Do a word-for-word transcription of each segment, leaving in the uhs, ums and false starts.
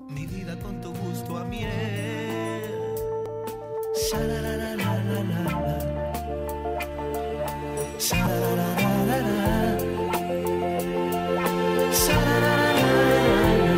Mi vida con tu gusto a miel. Sha-la-la-la-la-la-la. Sha-la-la-la-la-la. Sha-la-la-la-la-la.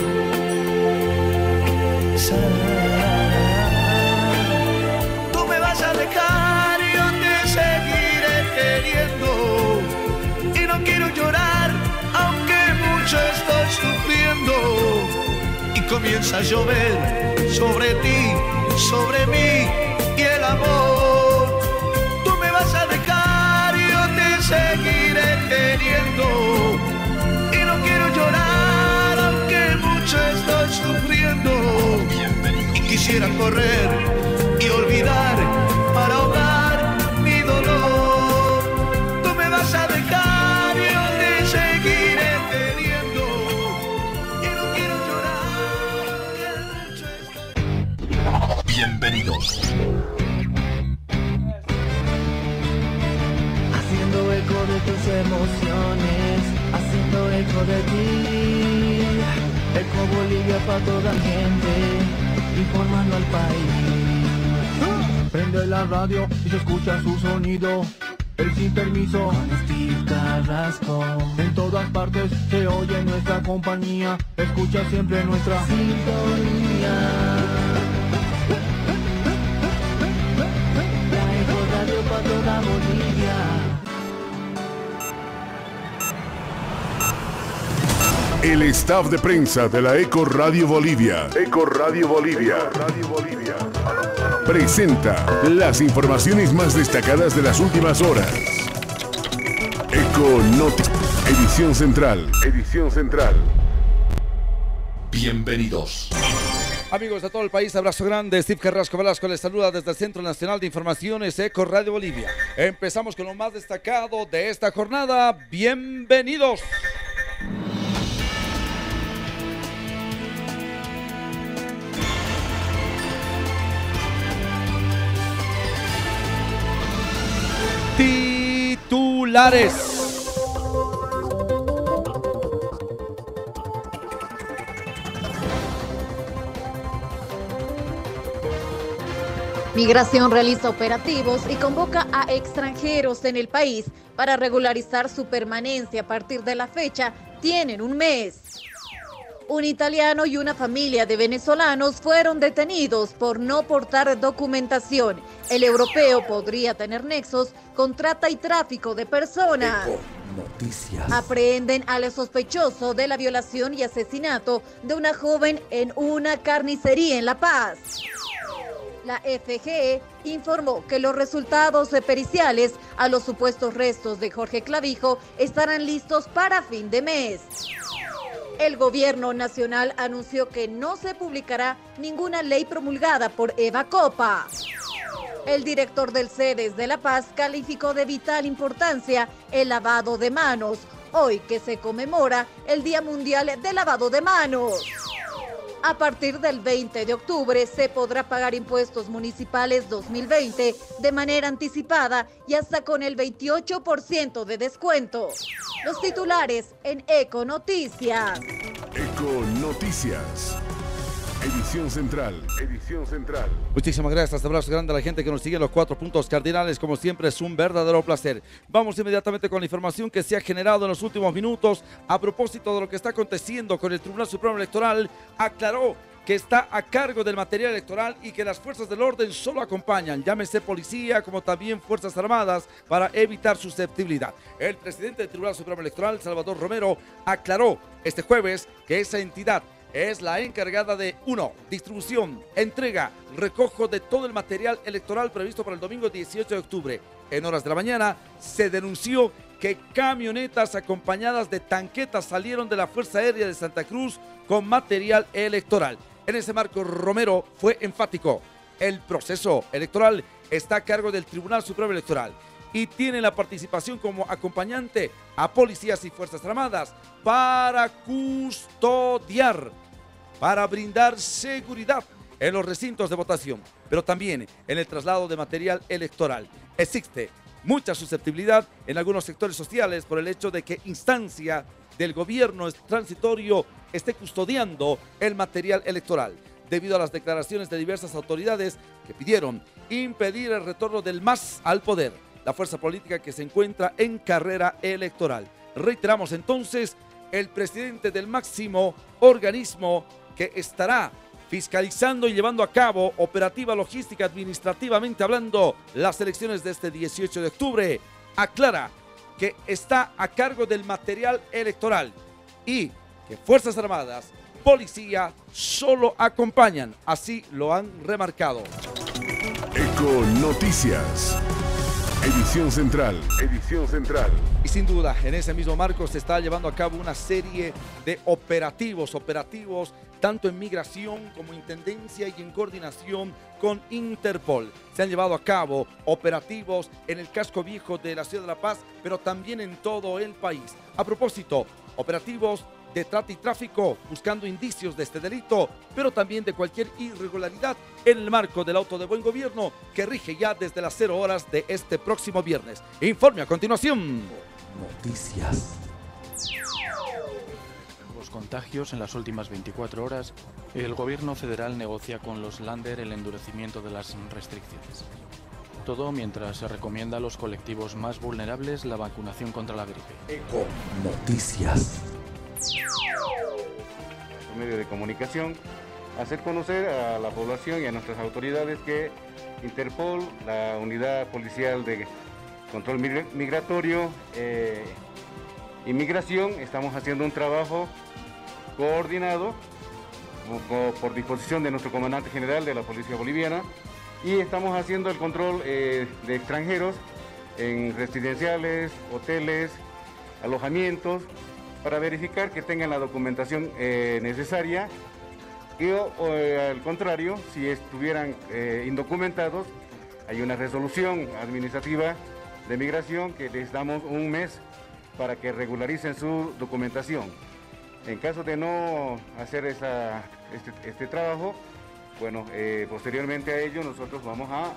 Sha-la-la-la-la. Tú me vas a dejar y yo te seguiré queriendo. Y no quiero llorar, aunque mucho estoy sufriendo. Y comienza a llover sobre ti, sobre mí y el amor. Tú me vas a dejar y yo te seguiré queriendo. Y no quiero llorar, aunque mucho estoy sufriendo. Y quisiera correr y olvidar para ahogar mi dolor. Tú me vas a dejar y yo te seguiré queriendo. Y no quiero llorar, aunque mucho estoy... Bienvenidos. Haciendo eco de tus emociones, haciendo eco de ti. Eco Bolivia para toda la gente, informando al país. Prende la radio y se escucha su sonido. El sin permiso con Steve Carrasco. En todas partes se oye nuestra compañía. Escucha siempre nuestra sintonía. La Eco Radio para toda Bolivia. El staff de prensa de la Eco Radio Bolivia. Eco Radio Bolivia. Radio Bolivia. Presenta las informaciones más destacadas de las últimas horas. Eco Noticias. Edición central. Edición central. Bienvenidos. Amigos de todo el país, abrazo grande. Steve Carrasco Velasco les saluda desde el Centro Nacional de Informaciones Eco Radio Bolivia. Empezamos con lo más destacado de esta jornada. Bienvenidos. Titulares. Migración realiza operativos y convoca a extranjeros en el país para regularizar su permanencia a partir de la fecha. Tienen un mes. Un italiano y una familia de venezolanos fueron detenidos por no portar documentación. El europeo podría tener nexos con trata y tráfico de personas. Eco Noticias. Aprehenden al sospechoso de la violación y asesinato de una joven en una carnicería en La Paz. La F G E informó que los resultados periciales a los supuestos restos de Jorge Clavijo estarán listos para fin de mes. El gobierno nacional anunció que no se publicará ninguna ley promulgada por Eva Copa. El director del CEDES de La Paz calificó de vital importancia el lavado de manos, hoy que se conmemora el Día Mundial del Lavado de Manos. A partir del veinte de octubre se podrá pagar impuestos municipales dos mil veinte de manera anticipada y hasta con el veintiocho por ciento de descuento. Los titulares en Eco Noticias. Eco Noticias. Edición central. Edición central. Muchísimas gracias, abrazo grande a la gente que nos sigue en los cuatro puntos cardinales. Como siempre es un verdadero placer. Vamos inmediatamente con la información que se ha generado en los últimos minutos a propósito de lo que está aconteciendo con el Tribunal Supremo Electoral. Aclaró que está a cargo del material electoral y que las fuerzas del orden solo acompañan, llámese policía como también fuerzas armadas, para evitar susceptibilidad. El presidente del Tribunal Supremo Electoral, Salvador Romero, aclaró este jueves que esa entidad es la encargada de, uno, distribución, entrega, recojo de todo el material electoral previsto para el domingo dieciocho de octubre. En horas de la mañana se denunció que camionetas acompañadas de tanquetas salieron de la Fuerza Aérea de Santa Cruz con material electoral. En ese marco, Romero fue enfático. El proceso electoral está a cargo del Tribunal Supremo Electoral y tiene la participación como acompañante a policías y fuerzas armadas para custodiar, para brindar seguridad en los recintos de votación, pero también en el traslado de material electoral. Existe mucha susceptibilidad en algunos sectores sociales por el hecho de que instancia del gobierno transitorio esté custodiando el material electoral, debido a las declaraciones de diversas autoridades que pidieron impedir el retorno del M A S al poder, la fuerza política que se encuentra en carrera electoral. Reiteramos entonces, el presidente del máximo organismo que estará fiscalizando y llevando a cabo operativa, logística, administrativamente hablando, las elecciones de este dieciocho de octubre, aclara que está a cargo del material electoral y que Fuerzas Armadas, Policía, solo acompañan, así lo han remarcado. Eco Noticias. Edición Central. Edición Central. Y sin duda, en ese mismo marco se está llevando a cabo una serie de operativos, operativos tanto en migración como intendencia y en coordinación con Interpol. Se han llevado a cabo operativos en el casco viejo de la ciudad de La Paz, pero también en todo el país. A propósito, operativos de trata y tráfico, buscando indicios de este delito, pero también de cualquier irregularidad en el marco del auto de buen gobierno que rige ya desde las cero horas de este próximo viernes. Informe a continuación. Noticias. Los contagios en las últimas veinticuatro horas, el gobierno federal negocia con los Länder el endurecimiento de las restricciones. Todo mientras se recomienda a los colectivos más vulnerables la vacunación contra la gripe. Eco Noticias. Por medio de comunicación, hacer conocer a la población y a nuestras autoridades que Interpol, la unidad policial de control migratorio, eh, inmigración, estamos haciendo un trabajo coordinado por, por disposición de nuestro comandante general de la Policía Boliviana, y estamos haciendo el control eh, de extranjeros en residenciales, hoteles, alojamientos, para verificar que tengan la documentación eh, necesaria y o, o, al contrario, si estuvieran eh, indocumentados, hay una resolución administrativa de migración que les damos un mes para que regularicen su documentación. En caso de no hacer esa, este, este trabajo, bueno, eh, posteriormente a ello nosotros vamos a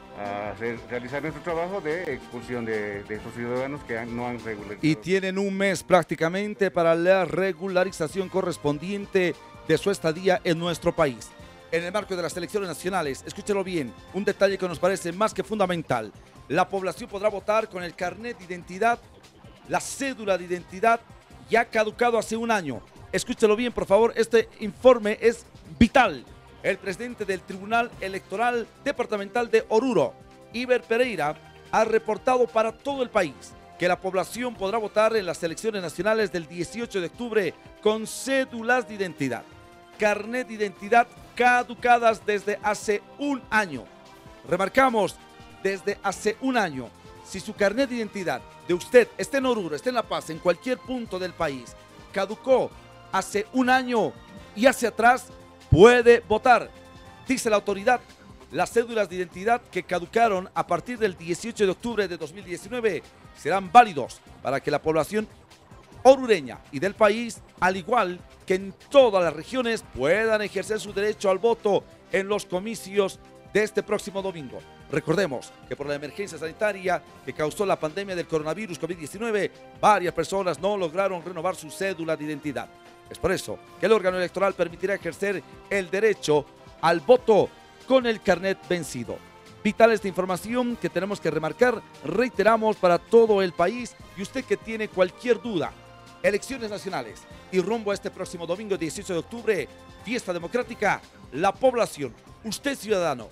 a realizar nuestro trabajo de expulsión de, de estos ciudadanos que han, no han regularizado. Y tienen un mes prácticamente para la regularización correspondiente de su estadía en nuestro país. En el marco de las elecciones nacionales, escúchelo bien, un detalle que nos parece más que fundamental. La población podrá votar con el carnet de identidad, la cédula de identidad ya caducado hace un año. Escúchelo bien, por favor, este informe es vital. El presidente del Tribunal Electoral Departamental de Oruro, Iber Pereira, ha reportado para todo el país que la población podrá votar en las elecciones nacionales del dieciocho de octubre con cédulas de identidad, carnet de identidad caducadas desde hace un año. Remarcamos, desde hace un año. Si su carnet de identidad de usted está en Oruro, está en La Paz, en cualquier punto del país, caducó hace un año y hacia atrás, puede votar. Dice la autoridad, las cédulas de identidad que caducaron a partir del dieciocho de octubre de dos mil diecinueve serán válidos para que la población orureña y del país, al igual que en todas las regiones, puedan ejercer su derecho al voto en los comicios de este próximo domingo. Recordemos que por la emergencia sanitaria que causó la pandemia del coronavirus COVID diecinueve, varias personas no lograron renovar su cédula de identidad. Es por eso que el órgano electoral permitirá ejercer el derecho al voto con el carnet vencido. Vital esta información que tenemos que remarcar, reiteramos, para todo el país, y usted que tiene cualquier duda, elecciones nacionales y rumbo a este próximo domingo dieciocho de octubre, fiesta democrática, la población, usted ciudadano,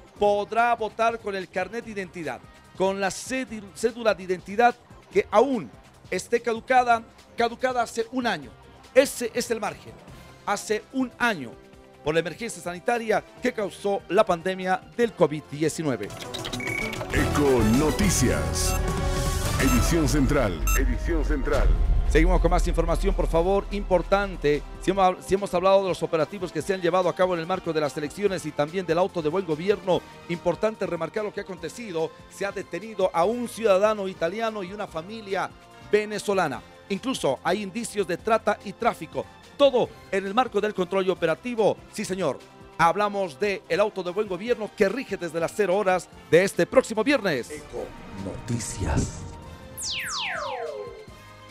podrá votar con el carnet de identidad, con la cédula de identidad que aún esté caducada, caducada hace un año. Ese es el margen. Hace un año, por la emergencia sanitaria que causó la pandemia del COVID diecinueve. Eco Noticias. Edición Central. Edición Central. Seguimos con más información, por favor, importante. Si hemos, si hemos hablado de los operativos que se han llevado a cabo en el marco de las elecciones y también del auto de buen gobierno, importante remarcar lo que ha acontecido. Se ha detenido a un ciudadano italiano y una familia venezolana. Incluso hay indicios de trata y tráfico. Todo en el marco del control operativo. Sí, señor. Hablamos de el auto de buen gobierno que rige desde las cero horas de este próximo viernes. Eco Noticias. Eh,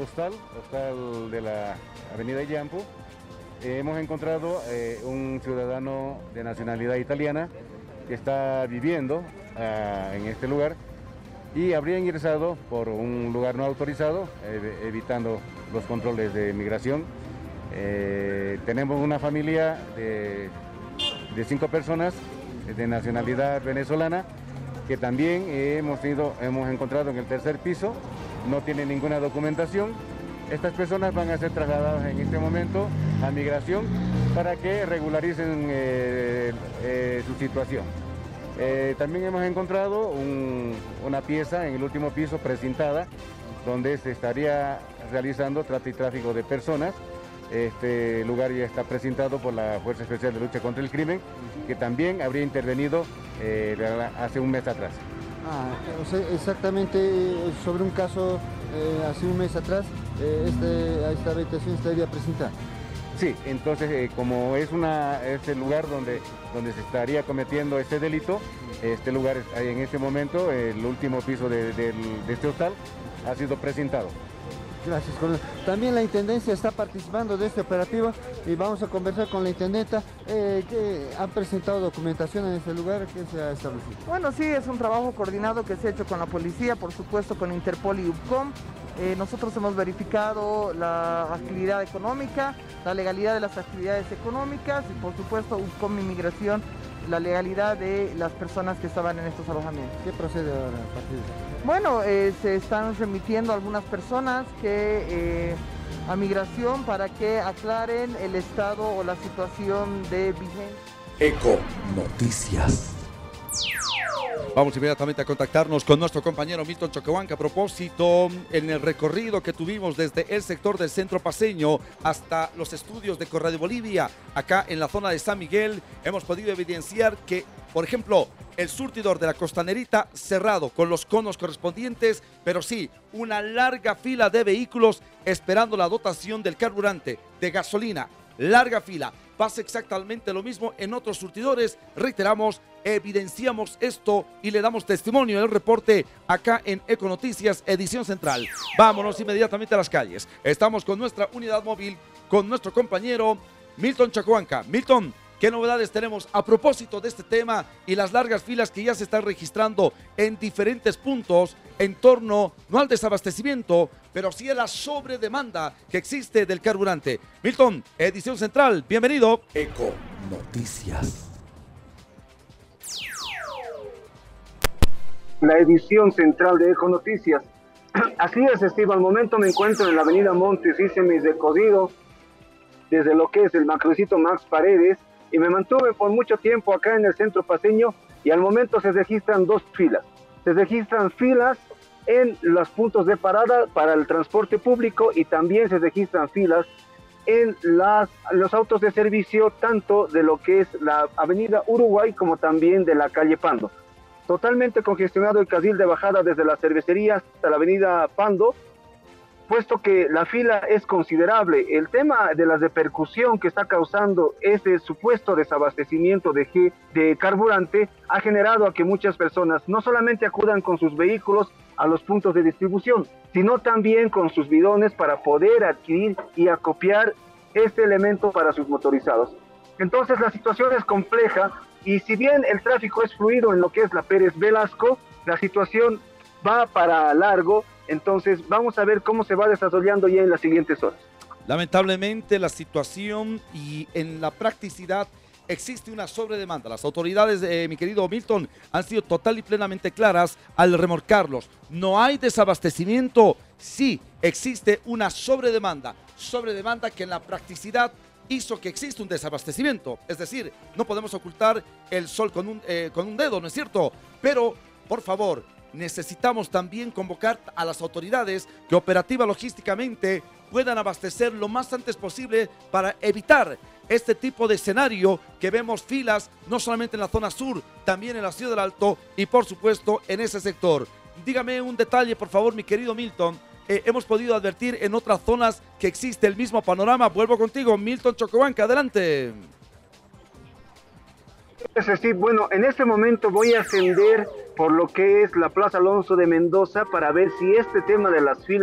hostal, hostal de la avenida Yampu. Eh, hemos encontrado eh, un ciudadano de nacionalidad italiana que está viviendo uh, en este lugar y habría ingresado por un lugar no autorizado, eh, evitando los controles de migración. Eh, tenemos una familia de, de cinco personas de nacionalidad venezolana que también eh, hemos, tenido, hemos encontrado en el tercer piso, no tienen ninguna documentación. Estas personas van a ser trasladadas en este momento a migración para que regularicen eh, eh, su situación. Eh, también hemos encontrado un, una pieza en el último piso precintada donde se estaría realizando trata y tráfico de personas. Este lugar ya está precintado por la Fuerza Especial de Lucha contra el Crimen, que también habría intervenido eh, hace un mes atrás. Ah, o sea, exactamente sobre un caso eh, hace un mes atrás, eh, este, esta habitación estaría presentada. Sí, entonces eh, como es una este lugar donde, donde se estaría cometiendo este delito, este lugar en este momento, el último piso de, de, de este hostal ha sido precintado. Gracias, coronel. También la Intendencia está participando de este operativo y vamos a conversar con la Intendenta. Eh, que ¿Han presentado documentación en este lugar? ¿Qué se ha establecido? Bueno, sí, es un trabajo coordinado que se ha hecho con la policía, por supuesto con Interpol y UPCOM. Eh, nosotros hemos verificado la actividad económica, la legalidad de las actividades económicas y por supuesto UPCOM Inmigración, la legalidad de las personas que estaban en estos alojamientos. ¿Qué procede ahora a partir de eso? Bueno, eh, se están remitiendo algunas personas que eh, a migración para que aclaren el estado o la situación de vigencia. Eco Noticias. Vamos inmediatamente a contactarnos con nuestro compañero Milton Choquehuanca a propósito en el recorrido que tuvimos desde el sector del centro paceño hasta los estudios de Eco Radio Bolivia. Acá en la zona de San Miguel hemos podido evidenciar que, por ejemplo, el surtidor de la Costanerita cerrado con los conos correspondientes, pero sí, una larga fila de vehículos esperando la dotación del carburante, de gasolina. Larga fila. Pasa exactamente lo mismo en otros surtidores. Reiteramos, evidenciamos esto y le damos testimonio del reporte acá en Eco Noticias, edición central. Vámonos inmediatamente a las calles. Estamos con nuestra unidad móvil, con nuestro compañero Milton Choquehuanca. Milton, ¿qué novedades tenemos a propósito de este tema y las largas filas que ya se están registrando en diferentes puntos en torno, no al desabastecimiento, pero sí a la sobredemanda que existe del carburante? Milton, edición central, bienvenido. Eco Noticias. La edición central de Eco Noticias. Así es, Steve, al momento me encuentro en la avenida Montes Ísemis de Codido, desde lo que es el macrocito Max Paredes, y me mantuve por mucho tiempo acá en el centro paceño y al momento se registran dos filas. Se registran filas en los puntos de parada para el transporte público y también se registran filas en las, los autos de servicio, tanto de lo que es la avenida Uruguay como también de la calle Pando. Totalmente congestionado el carril de bajada desde la cervecería hasta la avenida Pando, puesto que la fila es considerable. El tema de la repercusión que está causando ese supuesto desabastecimiento de, G, de carburante ha generado a que muchas personas no solamente acudan con sus vehículos a los puntos de distribución, sino también con sus bidones para poder adquirir y acopiar este elemento para sus motorizados. Entonces la situación es compleja y si bien el tráfico es fluido en lo que es la Pérez Velasco, la situación va para largo. Entonces vamos a ver cómo se va desarrollando ya en las siguientes horas. Lamentablemente la situación y en la practicidad existe una sobredemanda. Las autoridades, eh, mi querido Milton, han sido total y plenamente claras al remolcarlos. No hay desabastecimiento, sí existe una sobredemanda. Sobredemanda que en la practicidad hizo que exista un desabastecimiento. Es decir, no podemos ocultar el sol con un, eh, con un dedo, ¿no es cierto? Pero, por favor, necesitamos también convocar a las autoridades que operativa logísticamente puedan abastecer lo más antes posible para evitar este tipo de escenario que vemos filas no solamente en la zona sur, también en la Ciudad del Alto y por supuesto en ese sector. Dígame un detalle, por favor, mi querido Milton. Eh, hemos podido advertir en otras zonas que existe el mismo panorama. Vuelvo contigo, Milton Choquehuanca, adelante. Sí, bueno, en este momento voy a ascender por lo que es la Plaza Alonso de Mendoza para ver si este tema de las filas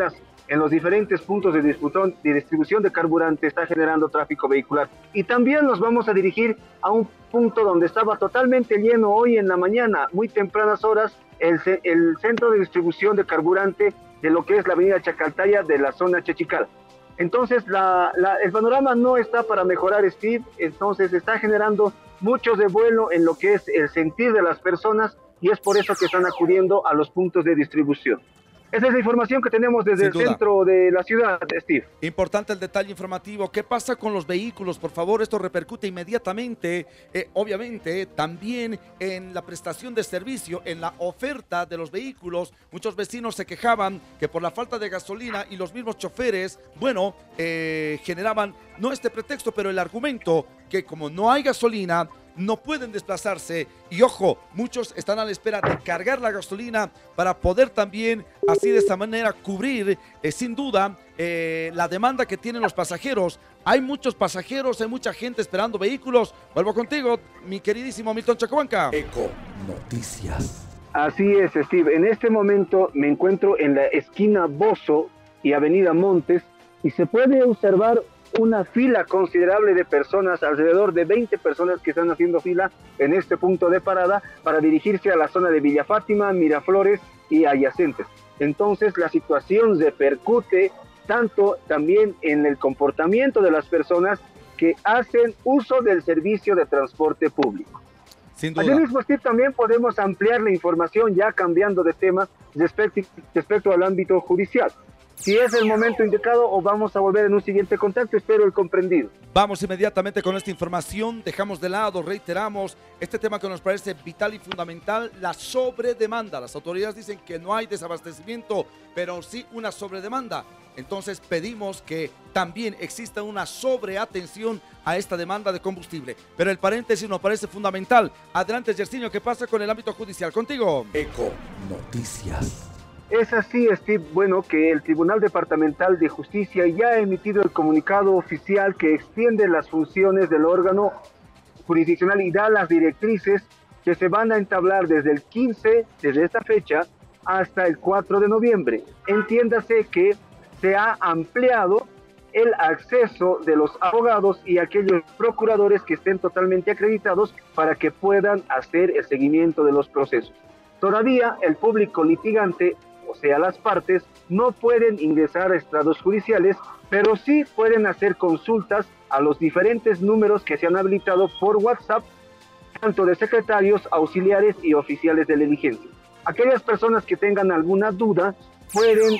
en los diferentes puntos de distribución, de distribución de carburante está generando tráfico vehicular. Y también nos vamos a dirigir a un punto donde estaba totalmente lleno hoy en la mañana, muy tempranas horas, el, el centro de distribución de carburante de lo que es la avenida Chacaltaya de la zona Chechical. Entonces la, la, el panorama no está para mejorar, Steve, entonces está generando mucho revuelo en lo que es el sentir de las personas y es por eso que están acudiendo a los puntos de distribución. Esa es la información que tenemos desde el centro de la ciudad, Steve. Importante el detalle informativo. ¿Qué pasa con los vehículos? Por favor, esto repercute inmediatamente, eh, obviamente, también en la prestación de servicio, en la oferta de los vehículos. Muchos vecinos se quejaban que por la falta de gasolina y los mismos choferes, bueno, eh, generaban, no este pretexto, pero el argumento que como no hay gasolina, no pueden desplazarse y ojo, muchos están a la espera de cargar la gasolina para poder también así de esta manera cubrir eh, sin duda eh, la demanda que tienen los pasajeros. Hay muchos pasajeros, hay mucha gente esperando vehículos. Vuelvo contigo, mi queridísimo Milton Chacobanca. Eco Noticias. Así es, Steve. En este momento me encuentro en la esquina Bozo y Avenida Montes y se puede observar una fila considerable de personas, alrededor de veinte personas que están haciendo fila en este punto de parada para dirigirse a la zona de Villa Fátima, Miraflores y adyacentes. Entonces la situación repercute tanto también en el comportamiento de las personas que hacen uso del servicio de transporte público. Sin duda. Asimismo, Steve, también podemos ampliar la información ya cambiando de tema respecto, respecto al ámbito judicial. Si es el momento indicado o vamos a volver en un siguiente contacto, espero el comprendido. Vamos inmediatamente con esta información, dejamos de lado, reiteramos, este tema que nos parece vital y fundamental, la sobredemanda. Las autoridades dicen que no hay desabastecimiento, pero sí una sobredemanda. Entonces pedimos que también exista una sobreatención a esta demanda de combustible. Pero el paréntesis nos parece fundamental. Adelante, Yersinio, ¿qué pasa con el ámbito judicial? Contigo. Eco Noticias. Es así, Steve, bueno, que el Tribunal Departamental de Justicia ya ha emitido el comunicado oficial que extiende las funciones del órgano jurisdiccional y da las directrices que se van a entablar desde el quince, desde esta fecha, hasta el cuatro de noviembre. Entiéndase que se ha ampliado el acceso de los abogados y aquellos procuradores que estén totalmente acreditados para que puedan hacer el seguimiento de los procesos. Todavía el público litigante, o sea, las partes, no pueden ingresar a estrados judiciales, pero sí pueden hacer consultas a los diferentes números que se han habilitado por WhatsApp, tanto de secretarios, auxiliares y oficiales de la diligencia. Aquellas personas que tengan alguna duda pueden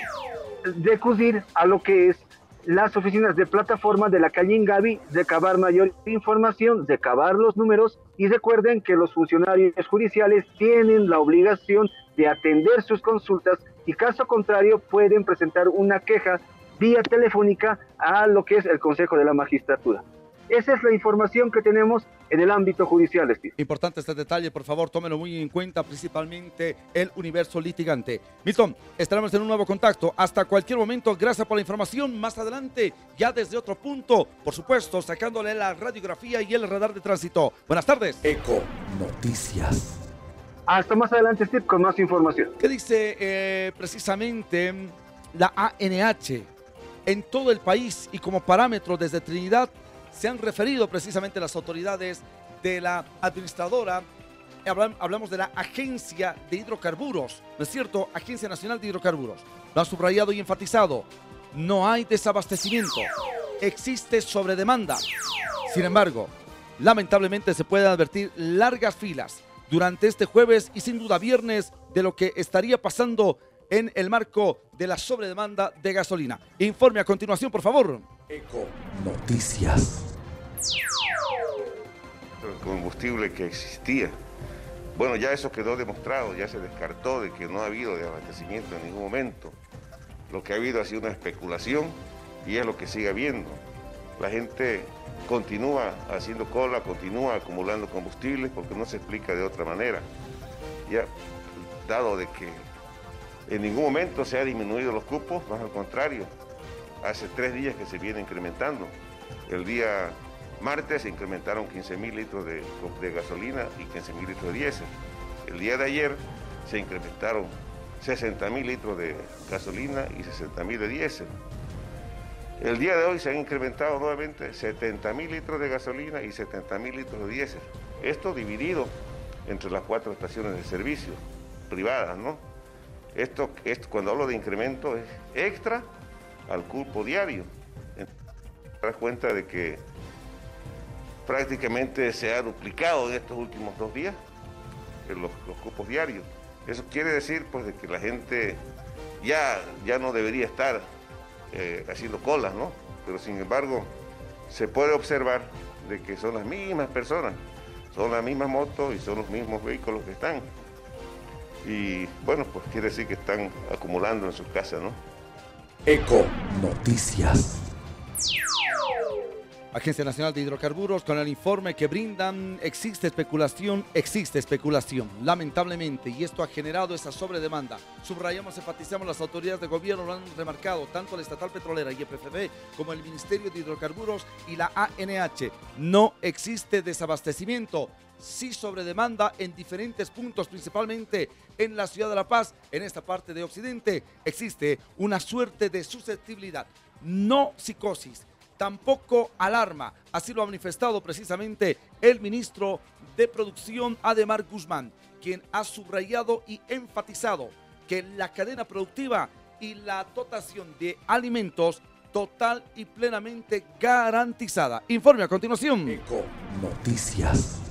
recurrir a lo que es las oficinas de plataforma de la calle Ingavi, recabar mayor información, recabar los números y recuerden que los funcionarios judiciales tienen la obligación de atender sus consultas y caso contrario pueden presentar una queja vía telefónica a lo que es el Consejo de la Magistratura. Esa es la información que tenemos en el ámbito judicial, Steve. Importante este detalle, por favor, tómenlo muy en cuenta, principalmente el universo litigante. Milton, estaremos en un nuevo contacto. Hasta cualquier momento, gracias por la información. Más adelante, ya desde otro punto, por supuesto, sacándole la radiografía y el radar de tránsito. Buenas tardes. Eco Noticias. Hasta más adelante, Steve, con más información. ¿Qué dice eh, precisamente la A N H? En todo el país y como parámetro desde Trinidad, se han referido precisamente las autoridades de la administradora, hablamos de la Agencia de Hidrocarburos, ¿no es cierto? Agencia Nacional de Hidrocarburos. Lo ha subrayado y enfatizado. No hay desabastecimiento, existe sobredemanda. Sin embargo, lamentablemente se pueden advertir largas filas durante este jueves y sin duda viernes de lo que estaría pasando en el marco de la sobredemanda de gasolina. Informe a continuación, por favor. Eco Noticias. El combustible que existía. Bueno, ya eso quedó demostrado, ya se descartó de que no ha habido desabastecimiento en ningún momento. Lo que ha habido ha sido una especulación y es lo que sigue habiendo. La gente continúa haciendo cola, continúa acumulando combustible porque no se explica de otra manera. Ya, dado de que en ningún momento se ha disminuido los cupos, más al contrario, hace tres días que se viene incrementando. El día martes se incrementaron quince mil litros de, de gasolina y quince mil litros de diésel. El día de ayer se incrementaron sesenta mil litros de gasolina y sesenta mil de diésel. El día de hoy se han incrementado nuevamente setenta mil litros de gasolina y setenta mil litros de diésel. Esto dividido entre las cuatro estaciones de servicio privadas, ¿no? Esto, esto cuando hablo de incremento es extra al cupo diario. Te das cuenta de que prácticamente se ha duplicado en estos últimos dos días los, los cupos diarios. Eso quiere decir pues de que la gente ya, ya no debería estar eh, haciendo colas, ¿no? Pero sin embargo se puede observar de que son las mismas personas, son las mismas motos y son los mismos vehículos que están. Y bueno, pues quiere decir que están acumulando en sus casas, ¿no? Eco Noticias. Agencia Nacional de Hidrocarburos, con el informe que brindan, existe especulación, existe especulación, lamentablemente, y esto ha generado esa sobredemanda. Subrayamos, enfatizamos, las autoridades de gobierno lo han remarcado, tanto la Estatal Petrolera y E P F B como el Ministerio de Hidrocarburos y la A N H. No existe desabastecimiento, sí sobredemanda en diferentes puntos, principalmente en la ciudad de La Paz, en esta parte de Occidente, existe una suerte de susceptibilidad, no psicosis. Tampoco alarma, así lo ha manifestado precisamente el ministro de Producción, Ademar Guzmán, quien ha subrayado y enfatizado que la cadena productiva y la dotación de alimentos total y plenamente garantizada. Informe a continuación. Eco Noticias.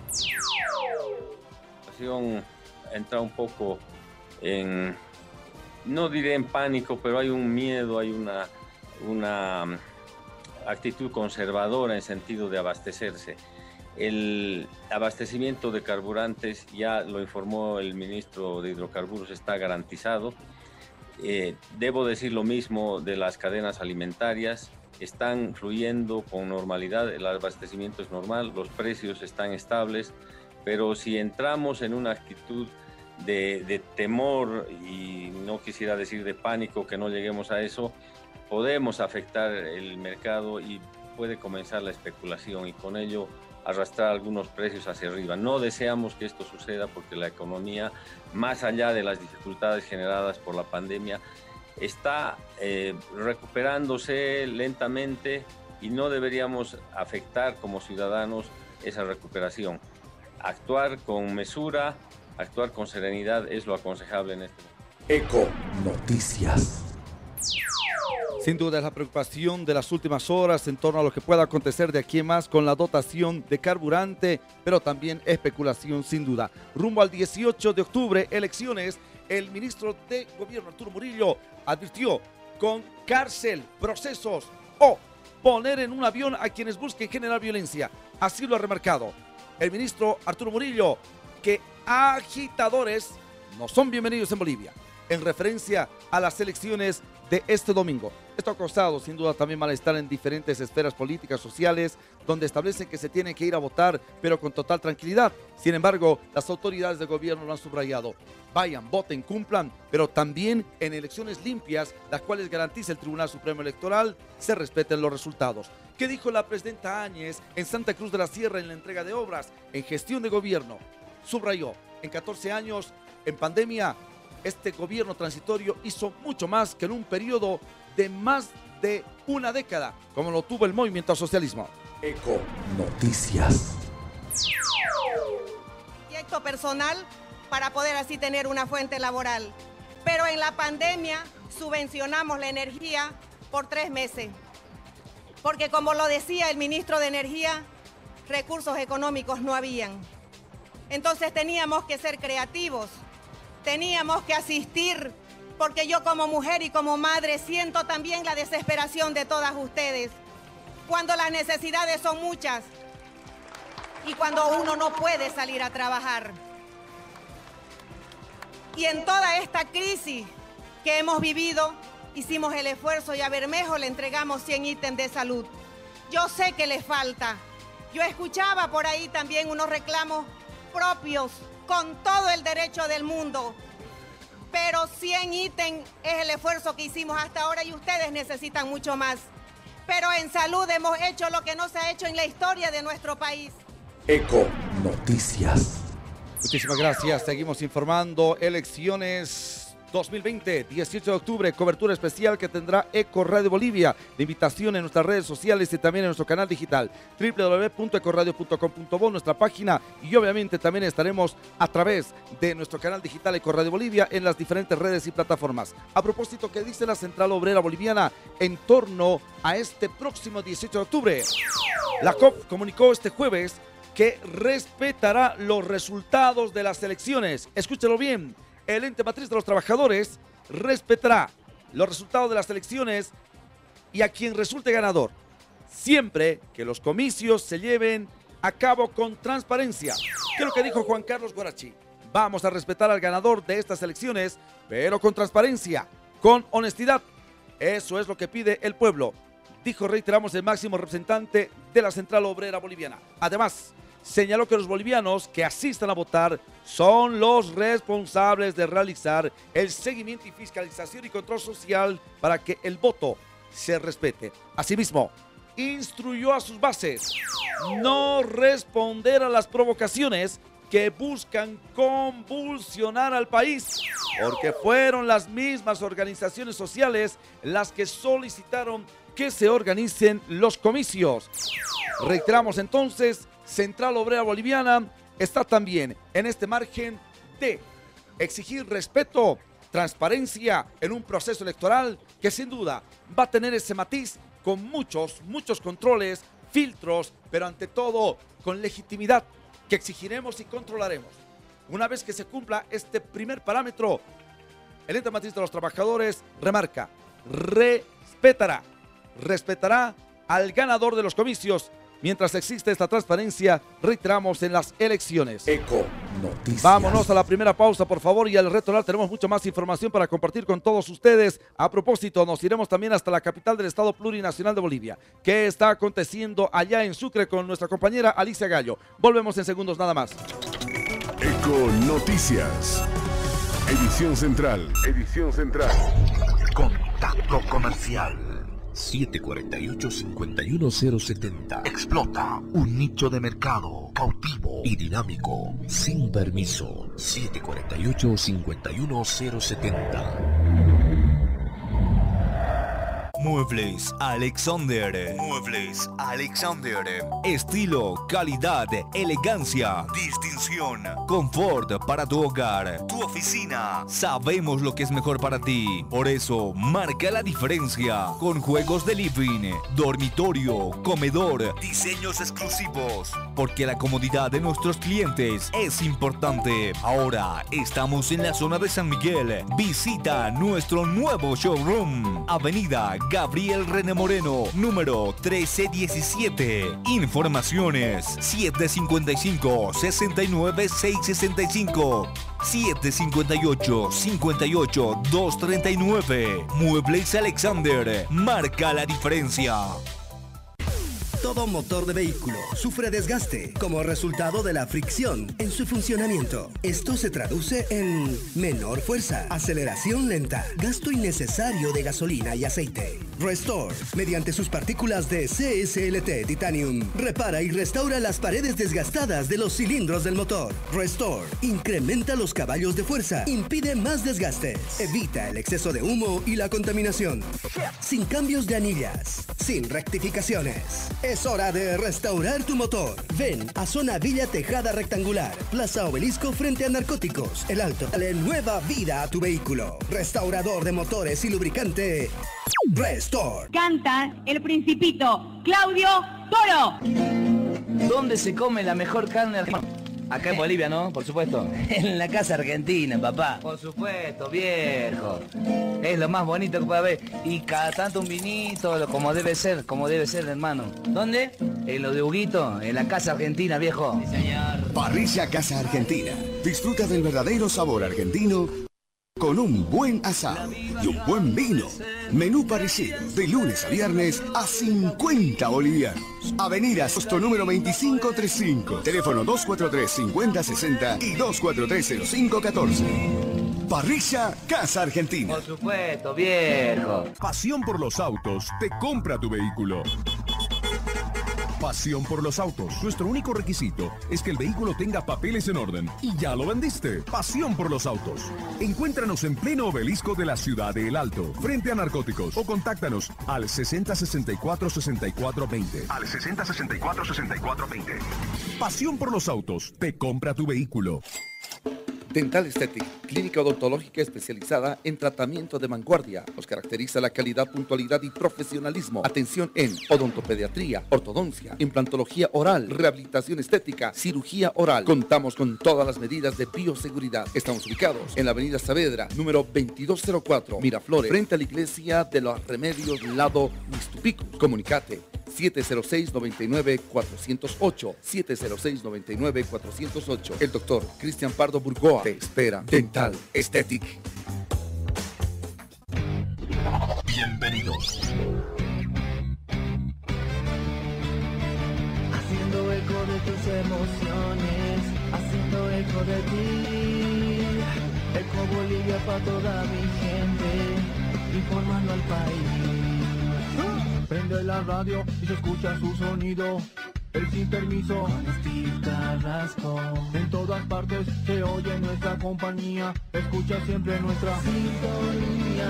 La situación entra un poco en, no diré en pánico, pero hay un miedo, hay una... una actitud conservadora en sentido de abastecerse. El abastecimiento de carburantes, ya lo informó el ministro de Hidrocarburos, está garantizado. Eh, debo decir lo mismo de las cadenas alimentarias, están fluyendo con normalidad, el abastecimiento es normal, los precios están estables, pero si entramos en una actitud de, de temor, y no quisiera decir de pánico, que no lleguemos a eso, podemos afectar el mercado y puede comenzar la especulación y con ello arrastrar algunos precios hacia arriba. No deseamos que esto suceda porque la economía, más allá de las dificultades generadas por la pandemia, está eh, recuperándose lentamente y no deberíamos afectar como ciudadanos esa recuperación. Actuar con mesura, actuar con serenidad es lo aconsejable en este momento. Eco Noticias. Sin duda es la preocupación de las últimas horas en torno a lo que pueda acontecer de aquí en más con la dotación de carburante, pero también especulación sin duda. Rumbo al dieciocho de octubre, elecciones, el ministro de Gobierno, Arturo Murillo, advirtió con cárcel, procesos o poner en un avión a quienes busquen generar violencia. Así lo ha remarcado el ministro Arturo Murillo, que agitadores no son bienvenidos en Bolivia, en referencia a las elecciones de este domingo. Esto ha causado sin duda también malestar en diferentes esferas políticas, sociales, donde establecen que se tiene que ir a votar, pero con total tranquilidad. Sin embargo, las autoridades de gobierno lo han subrayado. Vayan, voten, cumplan, pero también en elecciones limpias, las cuales garantiza el Tribunal Supremo Electoral, se respeten los resultados. ¿Qué dijo la presidenta Áñez en Santa Cruz de la Sierra en la entrega de obras, en gestión de gobierno? Subrayó, en catorce años, en pandemia, este gobierno transitorio hizo mucho más que en un periodo de más de una década, como lo tuvo el movimiento al socialismo. Eco Noticias. Proyecto personal para poder así tener una fuente laboral. Pero en la pandemia subvencionamos la energía por tres meses. Porque como lo decía el ministro de Energía, recursos económicos no habían. Entonces teníamos que ser creativos. Teníamos que asistir, porque yo como mujer y como madre siento también la desesperación de todas ustedes, cuando las necesidades son muchas y cuando uno no puede salir a trabajar. Y en toda esta crisis que hemos vivido, hicimos el esfuerzo y a Bermejo le entregamos cien ítems de salud. Yo sé que le falta. Yo escuchaba por ahí también unos reclamos propios, con todo el derecho del mundo, pero cien ítems es el esfuerzo que hicimos hasta ahora y ustedes necesitan mucho más. Pero en salud hemos hecho lo que no se ha hecho en la historia de nuestro país. Eco Noticias. Muchísimas gracias. Seguimos informando. Elecciones dos mil veinte, dieciocho de octubre, cobertura especial que tendrá Eco Radio Bolivia. La invitación en nuestras redes sociales y también en nuestro canal digital doble u doble u doble u punto ecoradio punto com punto bo, nuestra página, y obviamente también estaremos a través de nuestro canal digital Eco Radio Bolivia en las diferentes redes y plataformas. A propósito, ¿qué dice la Central Obrera Boliviana en torno a este próximo dieciocho de octubre? La C O P comunicó este jueves que respetará los resultados de las elecciones. Escúchelo bien. El ente matriz de los trabajadores respetará los resultados de las elecciones y a quien resulte ganador, siempre que los comicios se lleven a cabo con transparencia. ¿Qué es lo que dijo Juan Carlos Guarachi? Vamos a respetar al ganador de estas elecciones, pero con transparencia, con honestidad. Eso es lo que pide el pueblo, dijo, reiteramos, el máximo representante de la Central Obrera Boliviana. Además, señaló que los bolivianos que asistan a votar son los responsables de realizar el seguimiento y fiscalización y control social para que el voto se respete. Asimismo, instruyó a sus bases no responder a las provocaciones que buscan convulsionar al país, porque fueron las mismas organizaciones sociales las que solicitaron que se organicen los comicios. Reiteramos entonces, Central Obrera Boliviana está también en este margen de exigir respeto, transparencia en un proceso electoral que sin duda va a tener ese matiz con muchos, muchos controles, filtros, pero ante todo con legitimidad que exigiremos y controlaremos. Una vez que se cumpla este primer parámetro, el ente matriz de los trabajadores remarca, respetará, respetará al ganador de los comicios. Mientras existe esta transparencia, reiteramos, en las elecciones. Eco Noticias. Vámonos a la primera pausa, por favor, y al retornar tenemos mucha más información para compartir con todos ustedes. A propósito, nos iremos también hasta la capital del Estado Plurinacional de Bolivia. ¿Qué está aconteciendo allá en Sucre con nuestra compañera Alicia Gallo? Volvemos en segundos nada más. Eco Noticias. Edición central. Edición central. Contacto comercial. siete cuarenta y ocho, cincuenta y uno cero setenta. Explota un nicho de mercado cautivo y dinámico, sin permiso. siete cuarenta y ocho, cincuenta y uno cero setenta. Muebles Alexander. Muebles Alexander. Estilo, calidad, elegancia, distinción, confort para tu hogar, tu oficina. Sabemos lo que es mejor para ti. Por eso, marca la diferencia con juegos de living, dormitorio, comedor, diseños exclusivos. Porque la comodidad de nuestros clientes es importante. Ahora estamos en la zona de San Miguel. Visita nuestro nuevo showroom. Avenida Gabriel René Moreno, número trece diecisiete. Informaciones siete cincuenta y cinco, sesenta y nueve, seiscientos sesenta y cinco. siete cincuenta y ocho, cincuenta y ocho, doscientos treinta y nueve. Muebles Alexander, marca la diferencia. Todo motor de vehículo sufre desgaste como resultado de la fricción en su funcionamiento. Esto se traduce en menor fuerza, aceleración lenta, gasto innecesario de gasolina y aceite. Restore, mediante sus partículas de C S L T Titanium, repara y restaura las paredes desgastadas de los cilindros del motor. Restore incrementa los caballos de fuerza, impide más desgastes, evita el exceso de humo y la contaminación. Sin cambios de anillas, sin rectificaciones. Es hora de restaurar tu motor. Ven a Zona Villa Tejada Rectangular, Plaza Obelisco frente a Narcóticos, El Alto. Dale nueva vida a tu vehículo. Restaurador de motores y lubricante Restore. Canta el Principito, Claudio Toro. ¿Dónde se come la mejor carne argentina? Acá en Bolivia, ¿no? Por supuesto. En la casa argentina, papá. Por supuesto, viejo. Es lo más bonito que puede haber. Y cada tanto un vinito, como debe ser, como debe ser, hermano. ¿Dónde? En lo de Huguito, en la casa argentina, viejo. Sí, señor. Parrilla Casa Argentina. Disfruta del verdadero sabor argentino con un buen asado y un buen vino. Menú parrillero de lunes a viernes a cincuenta bolivianos. Avenida Sosto número veinticinco treinta y cinco. Teléfono dos cuatro tres, cincuenta sesenta y dos cuatro tres, cero cinco catorce. Parrilla Casa Argentina. Por supuesto, viejo. Pasión por los autos te compra tu vehículo. Pasión por los autos. Nuestro único requisito es que el vehículo tenga papeles en orden. Y ya lo vendiste. Pasión por los autos. Encuéntranos en pleno obelisco de la ciudad de El Alto, frente a Narcóticos. O contáctanos al sesenta sesenta y cuatro sesenta y cuatro veinte. Al sesenta sesenta y cuatro sesenta y cuatro veinte. Pasión por los autos. Te compra tu vehículo. Dental Aesthetic, clínica odontológica especializada en tratamiento de vanguardia. Nos caracteriza la calidad, puntualidad y profesionalismo. Atención en odontopediatría, ortodoncia, implantología oral, rehabilitación estética, cirugía oral. Contamos con todas las medidas de bioseguridad. Estamos ubicados en la avenida Saavedra, número veintidós cero cuatro, Miraflores, frente a la iglesia de los Remedios, lado Mixtupico. Comunicate siete cero seis, nueve nueve, cuatro cero ocho, siete cero seis, nueve nueve, cuatro cero ocho. El doctor Cristian Pardo Burgoa te espera. Dental Aesthetic. Bienvenidos. Haciendo eco de tus emociones, haciendo eco de ti. Eco Bolivia para toda mi gente, informando al país. Prende la radio y se escucha su sonido. El sin permiso con Steve Carrasco. En todas partes se oye nuestra compañía. Escucha siempre nuestra sintonía.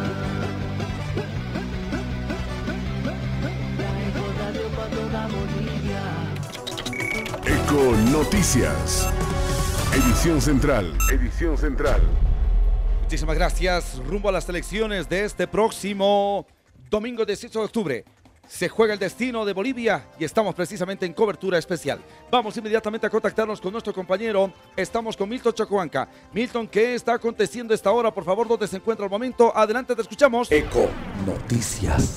La Eco Radio para toda Bolivia. Eco Noticias. Edición central. Edición central. Muchísimas gracias. Rumbo a las elecciones de este próximo domingo dieciocho de octubre. Se juega el destino de Bolivia y estamos precisamente en cobertura especial. Vamos inmediatamente a contactarnos con nuestro compañero. Estamos con Milton Chocoanca. Milton, ¿qué está aconteciendo a esta hora? Por favor, ¿dónde se encuentra el momento? Adelante, te escuchamos. Eco Noticias.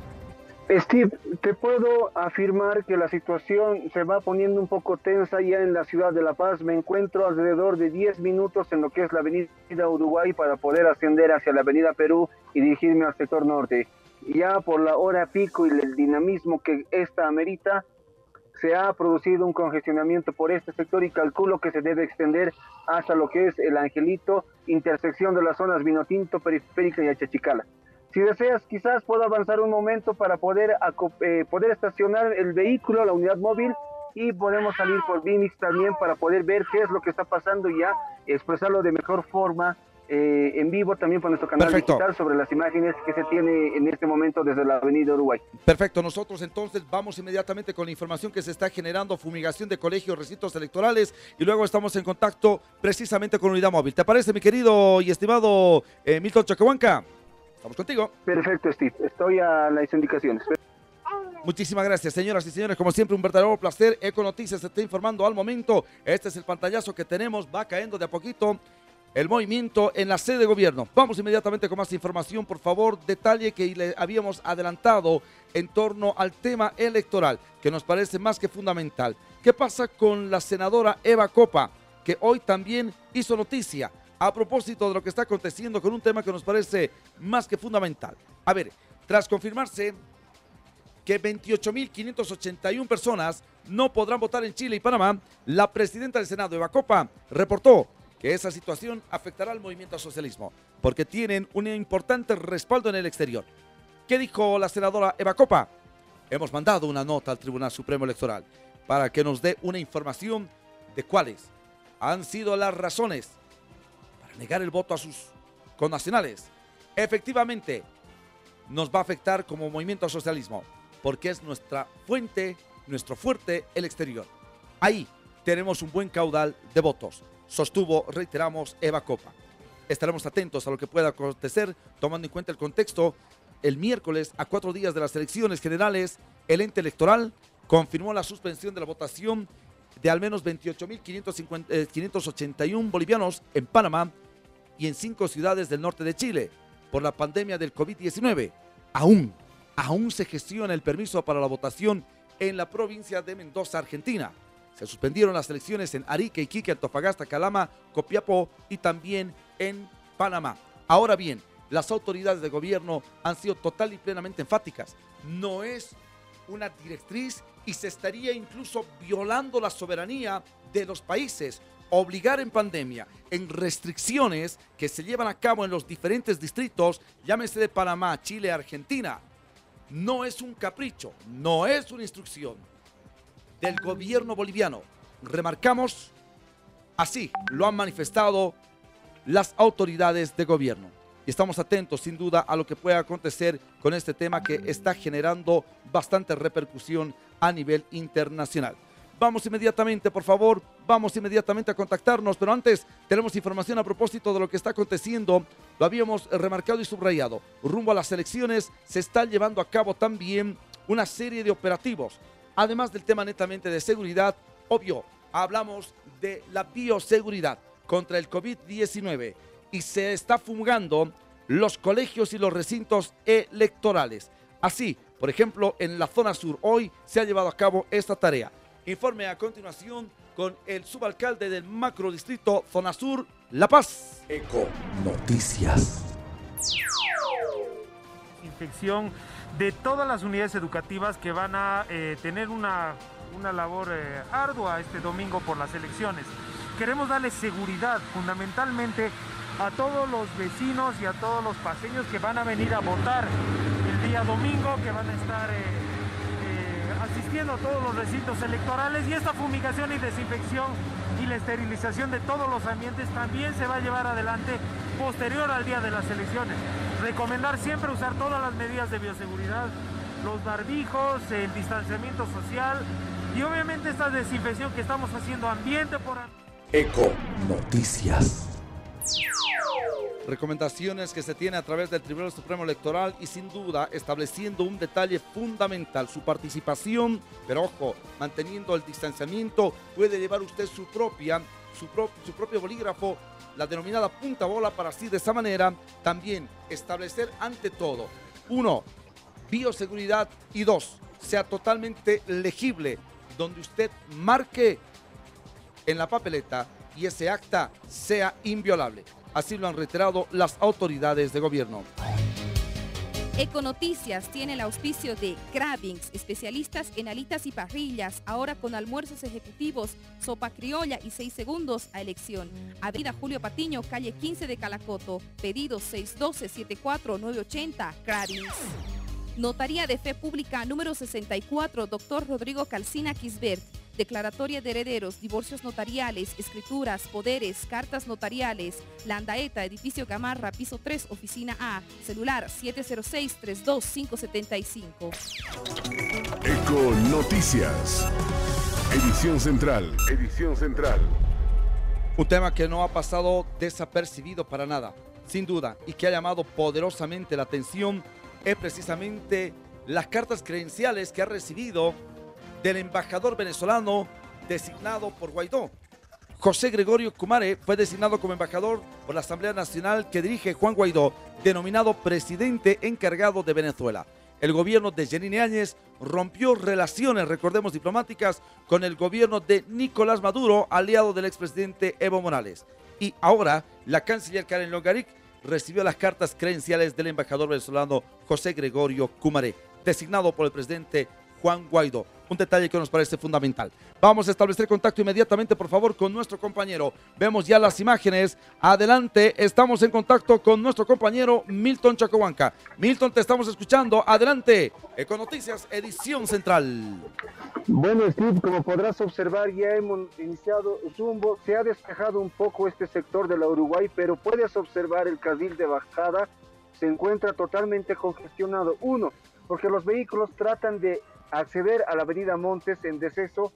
Steve, te puedo afirmar que la situación se va poniendo un poco tensa ya en la ciudad de La Paz. Me encuentro alrededor de diez minutos en lo que es la avenida Uruguay para poder ascender hacia la avenida Perú y dirigirme al sector norte. Ya por la hora pico y el dinamismo que esta amerita, se ha producido un congestionamiento por este sector y calculo que se debe extender hasta lo que es el Angelito, intersección de las zonas Vinotinto, Periférica y Achachicala. Si deseas, quizás puedo avanzar un momento para poder, eh, poder estacionar el vehículo, la unidad móvil, y podemos salir por Vimix también para poder ver qué es lo que está pasando y ya expresarlo de mejor forma eh, en vivo también por nuestro canal Perfecto. digital sobre las imágenes que se tiene en este momento desde la avenida Uruguay. Perfecto, nosotros entonces vamos inmediatamente con la información que se está generando, fumigación de colegios, recintos electorales, y luego estamos en contacto precisamente con Unidad Móvil. ¿Te parece, mi querido y estimado eh, Milton Choquehuanca? Estamos contigo. Perfecto, Steve. Estoy a las indicaciones. Muchísimas gracias, señoras y señores. Como siempre, un verdadero placer. Eco Noticias se está informando al momento. Este es el pantallazo que tenemos. Va cayendo de a poquito el movimiento en la sede de gobierno. Vamos inmediatamente con más información. Por favor, detalle que le habíamos adelantado en torno al tema electoral, que nos parece más que fundamental. ¿Qué pasa con la senadora Eva Copa, que hoy también hizo noticia a propósito de lo que está aconteciendo con un tema que nos parece más que fundamental? A ver, tras confirmarse que veintiocho mil quinientas ochenta y una personas no podrán votar en Chile y Panamá, la presidenta del Senado, Eva Copa, reportó que esa situación afectará al movimiento al socialismo, porque tienen un importante respaldo en el exterior. ¿Qué dijo la senadora Eva Copa? Hemos mandado una nota al Tribunal Supremo Electoral para que nos dé una información de cuáles han sido las razones para negar el voto a sus connacionales. Efectivamente, nos va a afectar como movimiento al socialismo, porque es nuestra fuente, nuestro fuerte, el exterior. Ahí tenemos un buen caudal de votos, sostuvo, reiteramos, Eva Copa. Estaremos atentos a lo que pueda acontecer, tomando en cuenta el contexto. El miércoles, a cuatro días de las elecciones generales, el ente electoral confirmó la suspensión de la votación de al menos veintiocho mil quinientos ochenta y uno bolivianos en Panamá y en cinco ciudades del norte de Chile por la pandemia del COVID diecinueve. Aún, aún se gestiona el permiso para la votación en la provincia de Mendoza, Argentina. Se suspendieron las elecciones en Arica, Iquique, Antofagasta, Calama, Copiapó y también en Panamá. Ahora bien, las autoridades de gobierno han sido total y plenamente enfáticas. No es una directriz y se estaría incluso violando la soberanía de los países. Obligar en pandemia, en restricciones que se llevan a cabo en los diferentes distritos, llámese de Panamá, Chile, Argentina, no es un capricho, no es una instrucción, del gobierno boliviano. Remarcamos, así lo han manifestado las autoridades de gobierno. Y estamos atentos, sin duda, a lo que pueda acontecer con este tema que está generando bastante repercusión a nivel internacional. Vamos inmediatamente, por favor, vamos inmediatamente a contactarnos, pero antes tenemos información a propósito de lo que está aconteciendo. Lo habíamos remarcado y subrayado. Rumbo a las elecciones se está llevando a cabo también una serie de operativos. Además del tema netamente de seguridad, obvio, hablamos de la bioseguridad contra el COVID diecinueve y se está fumigando los colegios y los recintos electorales. Así, por ejemplo, en la zona sur hoy se ha llevado a cabo esta tarea. Informe a continuación con el subalcalde del macrodistrito Zona Sur, La Paz. Eco Noticias. Inspección de todas las unidades educativas que van a eh, tener una, una labor eh, ardua este domingo por las elecciones. Queremos darle seguridad fundamentalmente a todos los vecinos y a todos los paseños que van a venir a votar el día domingo, que van a estar eh, eh, asistiendo a todos los recintos electorales, y esta fumigación y desinfección y la esterilización de todos los ambientes también se va a llevar adelante posterior al día de las elecciones. Recomendar siempre usar todas las medidas de bioseguridad, los barbijos, el distanciamiento social y obviamente esta desinfección que estamos haciendo ambiente por ambiente. Eco Noticias. Recomendaciones que se tiene a través del Tribunal Supremo Electoral y sin duda estableciendo un detalle fundamental, su participación, pero ojo, manteniendo el distanciamiento. Puede llevar usted su propia, su, pro, su propio bolígrafo, la denominada punta bola, para así de esa manera también establecer ante todo, uno, bioseguridad, y dos, sea totalmente legible, donde usted marque en la papeleta y ese acta sea inviolable. Así lo han reiterado las autoridades de gobierno. Econoticias tiene el auspicio de Cravings, especialistas en alitas y parrillas, ahora con almuerzos ejecutivos, sopa criolla y seis segundos a elección. Avenida Julio Patiño, calle quince de Calacoto, pedido seis uno dos, siete cuatro nueve ocho cero, Cravings. Notaría de Fe Pública número sesenta y cuatro, doctor Rodrigo Calcina Quisbert. Declaratoria de herederos, divorcios notariales, escrituras, poderes, cartas notariales. Landaeta, edificio Gamarra, piso tres, oficina A. Celular siete cero seis, tres dos cinco siete cinco. Eco Noticias. Edición central. Edición central. Un tema que no ha pasado desapercibido para nada, sin duda, y que ha llamado poderosamente la atención es precisamente las cartas credenciales que ha recibido del embajador venezolano designado por Guaidó. José Gregorio Kumare fue designado como embajador por la Asamblea Nacional que dirige Juan Guaidó, denominado presidente encargado de Venezuela. El gobierno de Yanine Áñez rompió relaciones, recordemos, diplomáticas con el gobierno de Nicolás Maduro, aliado del expresidente Evo Morales. Y ahora la canciller Karen Longaric recibió las cartas credenciales del embajador venezolano José Gregorio Kumare, designado por el presidente Juan Guaidó. Un detalle que nos parece fundamental. Vamos a establecer contacto inmediatamente, por favor, con nuestro compañero. Vemos ya las imágenes. Adelante, estamos en contacto con nuestro compañero Milton Chacohuanca. Milton, te estamos escuchando. Adelante, Econoticias, edición central. Bueno, Steve, como podrás observar, ya hemos iniciado rumbo. Se ha despejado un poco este sector de la Uruguay, pero puedes observar el carril de bajada. Se encuentra totalmente congestionado. Uno, porque los vehículos tratan de acceder a la avenida Montes en deceso,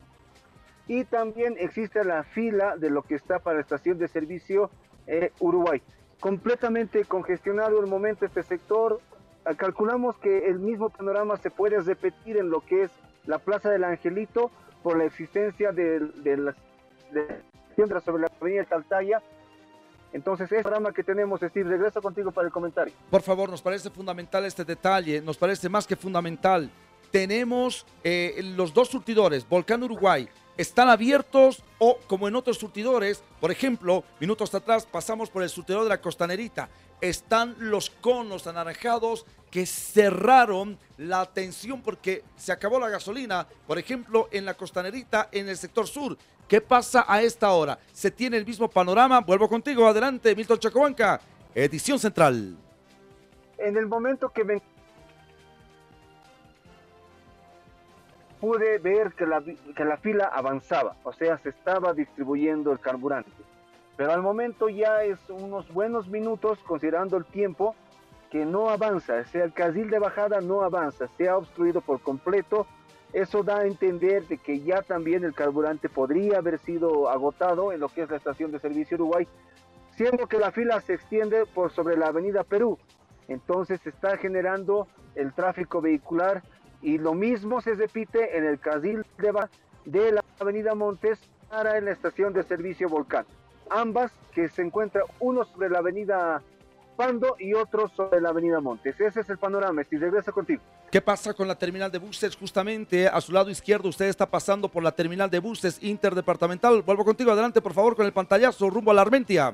y también existe la fila de lo que está para la estación de servicio eh, Uruguay. Completamente congestionado el momento este sector. Calculamos que el mismo panorama se puede repetir en lo que es la Plaza del Angelito por la existencia de, de las de, sobre la avenida Caltaya. Entonces, ese programa que tenemos, Steve, regreso contigo para el comentario. Por favor, nos parece fundamental este detalle, nos parece más que fundamental. Tenemos eh, los dos surtidores, Volcán Uruguay, están abiertos, o como en otros surtidores, por ejemplo, minutos atrás pasamos por el surtidor de la Costanerita, están los conos anaranjados que cerraron la atención porque se acabó la gasolina, por ejemplo, en la Costanerita, en el sector sur. ¿Qué pasa a esta hora? ¿Se tiene el mismo panorama? Vuelvo contigo, adelante, Milton Chacohuanca, edición central. En el momento que ven pude ver que la, que la fila avanzaba, o sea, se estaba distribuyendo el carburante. Pero al momento ya es unos buenos minutos, considerando el tiempo, que no avanza, o sea, el carril de bajada no avanza, se ha obstruido por completo. Eso da a entender de que ya también el carburante podría haber sido agotado en lo que es la estación de servicio Uruguay, siendo que la fila se extiende por sobre la avenida Perú. Entonces se está generando el tráfico vehicular y lo mismo se repite en el carril de, de la avenida Montes para la estación de servicio Volcán. Ambas que se encuentran uno sobre la avenida Pando y otro sobre la avenida Montes. Ese es el panorama. Si regreso contigo. ¿Qué pasa con la terminal de buses? Justamente a su lado izquierdo usted está pasando por la terminal de buses interdepartamental. Vuelvo contigo, adelante por favor con el pantallazo rumbo a la Armentia.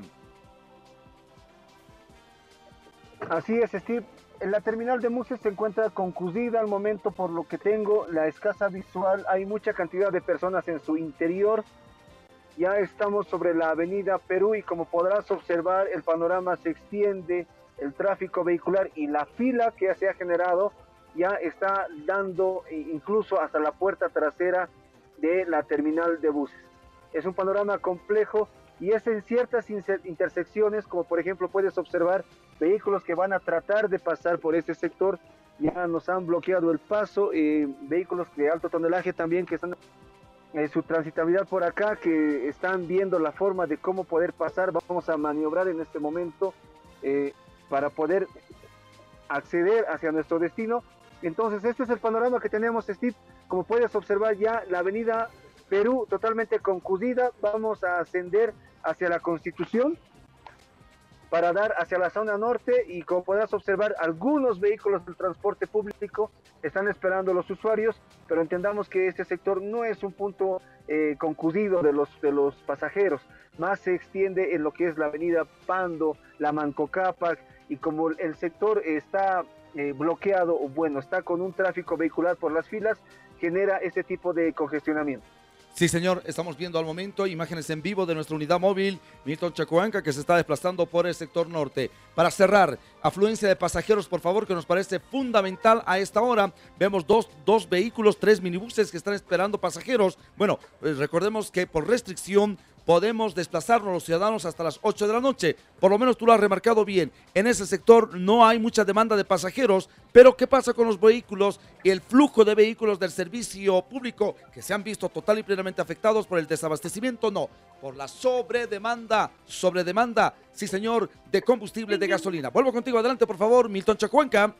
Así es, Steve. En la terminal de buses se encuentra concluida al momento, por lo que tengo la escasa visual. Hay mucha cantidad de personas en su interior. Ya estamos sobre la avenida Perú y como podrás observar el panorama se extiende, el tráfico vehicular y la fila que se ha generado ya está dando incluso hasta la puerta trasera de la terminal de buses. Es un panorama complejo y es en ciertas intersecciones, como por ejemplo puedes observar vehículos que van a tratar de pasar por este sector, ya nos han bloqueado el paso, eh, vehículos de alto tonelaje también que están Eh, su transitabilidad por acá, que están viendo la forma de cómo poder pasar. Vamos a maniobrar en este momento eh, para poder acceder hacia nuestro destino. Entonces este es el panorama que tenemos, Steve. Como puedes observar ya la avenida Perú totalmente concurrida. Vamos a ascender hacia la Constitución para dar hacia la zona norte y como podrás observar algunos vehículos del transporte público están esperando a los usuarios, pero entendamos que este sector no es un punto eh, concurrido de los, de los pasajeros, más se extiende en lo que es la avenida Pando, la Manco Cápac, y como el sector está eh, bloqueado, o bueno, está con un tráfico vehicular por las filas, genera este tipo de congestionamiento. Sí, señor, estamos viendo al momento imágenes en vivo de nuestra unidad móvil Milton Chacoanca, que se está desplazando por el sector norte. Para cerrar, afluencia de pasajeros, por favor, que nos parece fundamental a esta hora. Vemos dos, dos vehículos, tres minibuses que están esperando pasajeros. Bueno, pues recordemos que por restricción podemos desplazarnos los ciudadanos hasta las ocho de la noche. Por lo menos tú lo has remarcado bien. En ese sector no hay mucha demanda de pasajeros, pero ¿qué pasa con los vehículos y el flujo de vehículos del servicio público que se han visto total y plenamente afectados por el desabastecimiento? No, por la sobredemanda, sobredemanda, sí señor, de combustible de gasolina. Vuelvo contigo, adelante por favor, Milton Chacuanca.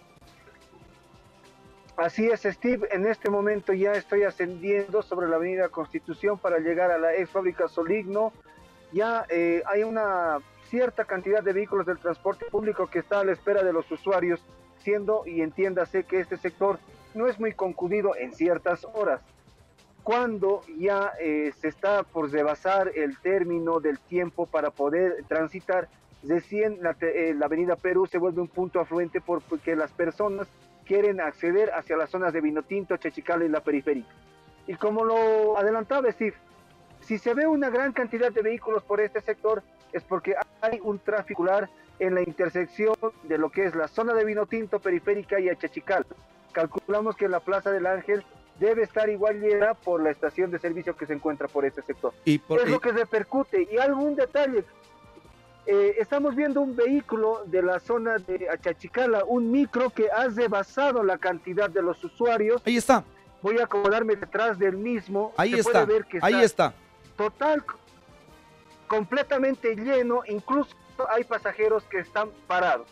Así es, Steve, en este momento ya estoy ascendiendo sobre la avenida Constitución para llegar a la ex fábrica Soligno. Ya eh, hay una cierta cantidad de vehículos del transporte público que está a la espera de los usuarios, siendo y entiéndase que este sector no es muy concurrido en ciertas horas. Cuando ya eh, se está por rebasar el término del tiempo para poder transitar, recién la, eh, la avenida Perú se vuelve un punto afluente porque las personas quieren acceder hacia las zonas de Vinotinto, Chachicala y la periférica. Y como lo adelantaba Steve, si se ve una gran cantidad de vehículos por este sector es porque hay un tráfico en la intersección de lo que es la zona de Vinotinto, periférica y Chachicala. Calculamos que la Plaza del Ángel debe estar igual llena por la estación de servicio que se encuentra por este sector. Y por, es lo que repercute. Y algún detalle, eh, estamos viendo un vehículo de la zona de Achachicala, un micro que ha rebasado la cantidad de los usuarios. Ahí está. Voy a acomodarme detrás del mismo. Ahí se está, puede ver que está ahí está. Total, completamente lleno, incluso hay pasajeros que están parados.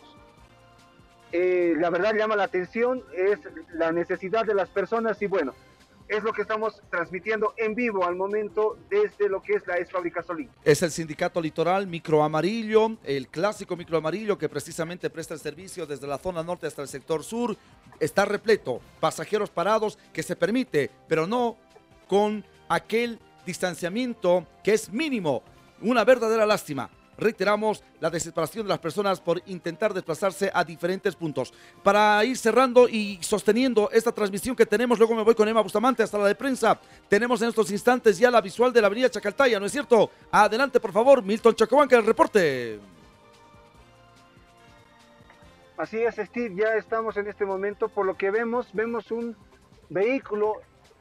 Eh, la verdad llama la atención, es la necesidad de las personas y bueno, es lo que estamos transmitiendo en vivo al momento desde lo que es la ex fábrica Solín. Es el sindicato litoral Micro Amarillo, el clásico Micro Amarillo que precisamente presta el servicio desde la zona norte hasta el sector sur. Está repleto, pasajeros parados que se permite, pero no con aquel distanciamiento que es mínimo. Una verdadera lástima. Reiteramos la desesperación de las personas por intentar desplazarse a diferentes puntos. Para ir cerrando y sosteniendo esta transmisión que tenemos, luego me voy con Emma Bustamante hasta la de prensa. Tenemos en estos instantes ya la visual de la avenida Chacaltaya, ¿no es cierto? Adelante, por favor, Milton Chacobanca, el reporte. Así es, Steve, ya estamos en este momento, por lo que vemos, vemos un vehículo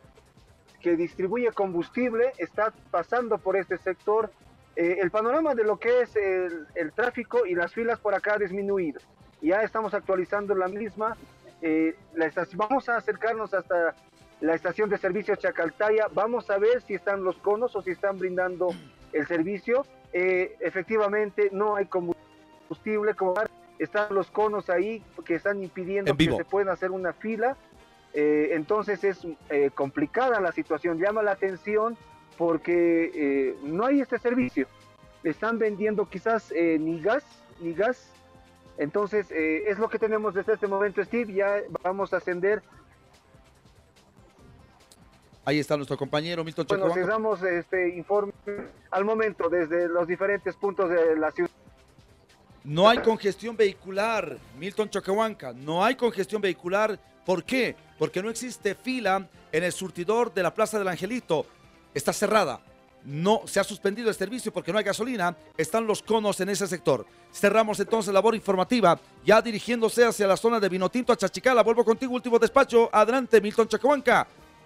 que distribuye combustible está pasando por este sector. Eh, el panorama de lo que es el, el tráfico y las filas por acá ha disminuido. Ya estamos actualizando la misma. Eh, la estación, vamos a acercarnos hasta la estación de servicio Chacaltaya. Vamos a ver si están los conos o si están brindando el servicio. Eh, efectivamente no hay combustible, como están los conos ahí que están impidiendo que se pueda hacer una fila. Eh, entonces es eh, complicada la situación, llama la atención porque eh, no hay este servicio. Están vendiendo quizás eh, ni gas, ni gas. Entonces eh, es lo que tenemos desde este momento, Steve. Ya vamos a ascender. Ahí está nuestro compañero Milton Bueno, Chocobanco. cerramos este informe al momento desde los diferentes puntos de la ciudad. No hay congestión vehicular, Milton Choquehuanca, no hay congestión vehicular. ¿Por qué? Porque no existe fila en el surtidor de la Plaza del Angelito. Está cerrada. No se ha suspendido el servicio porque no hay gasolina. Están los conos en ese sector. Cerramos entonces la labor informativa, ya dirigiéndose hacia la zona de Vinotinto a Chachicala. Vuelvo contigo, último despacho. Adelante, Milton Choquehuanca.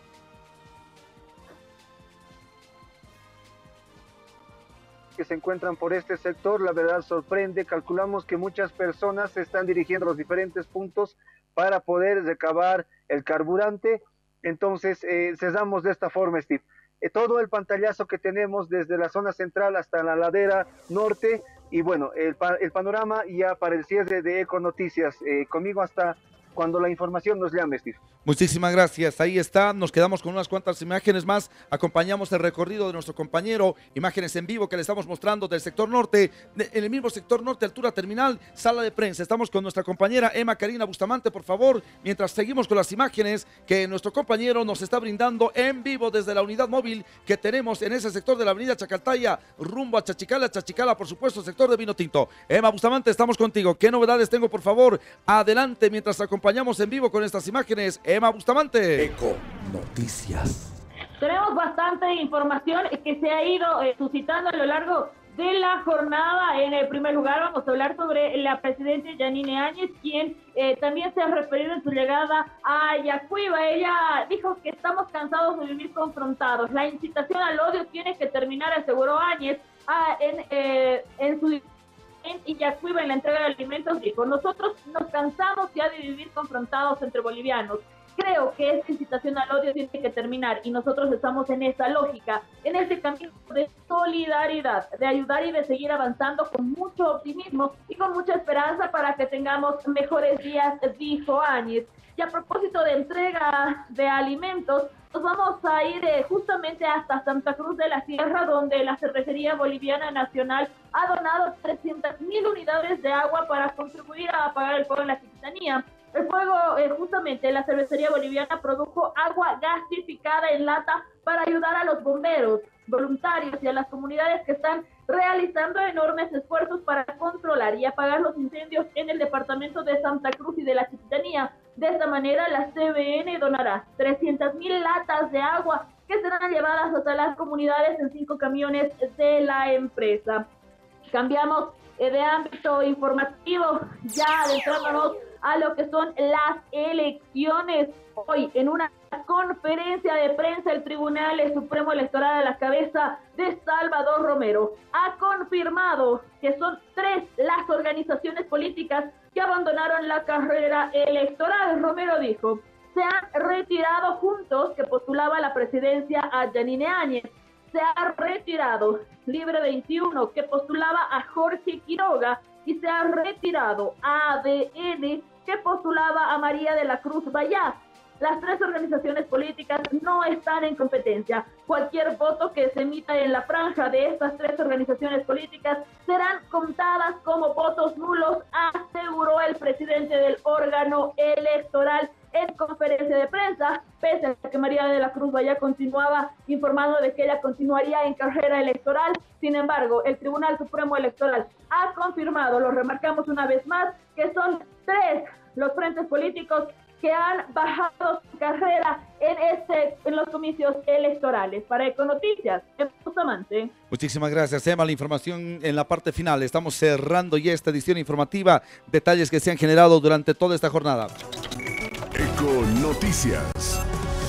Que se encuentran por este sector, la verdad sorprende. Calculamos que muchas personas se están dirigiendo a los diferentes puntos para poder recabar el carburante. Entonces eh, cerramos de esta forma, Steve. Eh, todo el pantallazo que tenemos desde la zona central hasta la ladera norte, y bueno, el, pa el panorama ya para el cierre de Eco Noticias. Eh, conmigo hasta cuando la información nos llame, Steve. Muchísimas gracias, ahí está, nos quedamos con unas cuantas imágenes más, acompañamos el recorrido de nuestro compañero, imágenes en vivo que le estamos mostrando del sector norte, de, en el mismo sector norte, altura terminal, sala de prensa. Estamos con nuestra compañera Emma Karina Bustamante, por favor, mientras seguimos con las imágenes que nuestro compañero nos está brindando en vivo desde la unidad móvil que tenemos en ese sector de la avenida Chacaltaya, rumbo a Chachicala, Chachicala, por supuesto, sector de Vinotinto. Emma Bustamante, estamos contigo, ¿qué novedades tengo, por favor? Adelante, mientras acompañamos en vivo con estas imágenes, Emma Bustamante. Eco Noticias. Tenemos bastante información que se ha ido eh, suscitando a lo largo de la jornada. En el primer lugar vamos a hablar sobre la presidenta Yanine Áñez, quien eh, también se ha referido en su llegada a Yacuiba. Ella dijo que estamos cansados de vivir confrontados. La incitación al odio tiene que terminar, aseguró Áñez a, en, eh, en su en Yacuiba en la entrega de alimentos. Dijo: nosotros nos cansamos ya de vivir confrontados entre bolivianos. Creo que esta incitación al odio tiene que terminar y nosotros estamos en esa lógica, en ese camino de solidaridad, de ayudar y de seguir avanzando con mucho optimismo y con mucha esperanza para que tengamos mejores días, dijo Áñez. Y a propósito de entrega de alimentos, nos vamos a ir eh, justamente hasta Santa Cruz de la Sierra, donde la Cervecería Boliviana Nacional ha donado trescientas mil unidades de agua para contribuir a apagar el fuego en la Chiquitanía. El fuego, eh, justamente, la Cervecería Boliviana produjo agua gasificada en lata para ayudar a los bomberos, voluntarios y a las comunidades que están realizando enormes esfuerzos para controlar y apagar los incendios en el departamento de Santa Cruz y de la Chiquitanía. De esta manera, la C B N donará trescientas mil latas de agua que serán llevadas hasta las comunidades en cinco camiones de la empresa. Cambiamos eh, de ámbito informativo, ya adentrándonos a lo que son las elecciones. Hoy, en una conferencia de prensa, el Tribunal Supremo Electoral, a la cabeza de Salvador Romero, ha confirmado que son tres las organizaciones políticas que abandonaron la carrera electoral. Romero dijo: se han retirado Juntos, que postulaba la presidencia a Yanine Áñez; se ha retirado Libre veintiuno, que postulaba a Jorge Quiroga; y se ha retirado A D N, que postulaba a María de la Cruz Vallaz. Las tres organizaciones políticas no están en competencia. Cualquier voto que se emita en la franja de estas tres organizaciones políticas serán contadas como votos nulos, aseguró el presidente del órgano electoral en conferencia de prensa, pese a que María de la Cruz Vallaz continuaba informando de que ella continuaría en carrera electoral. Sin embargo, el Tribunal Supremo Electoral ha confirmado, lo remarcamos una vez más, que son tres los frentes políticos que han bajado su carrera en este en los comicios electorales. Para Econoticias, Emma Bustamante. Muchísimas gracias, Emma. La información en la parte final. Estamos cerrando ya esta edición informativa. Detalles que se han generado durante toda esta jornada. Eco Noticias.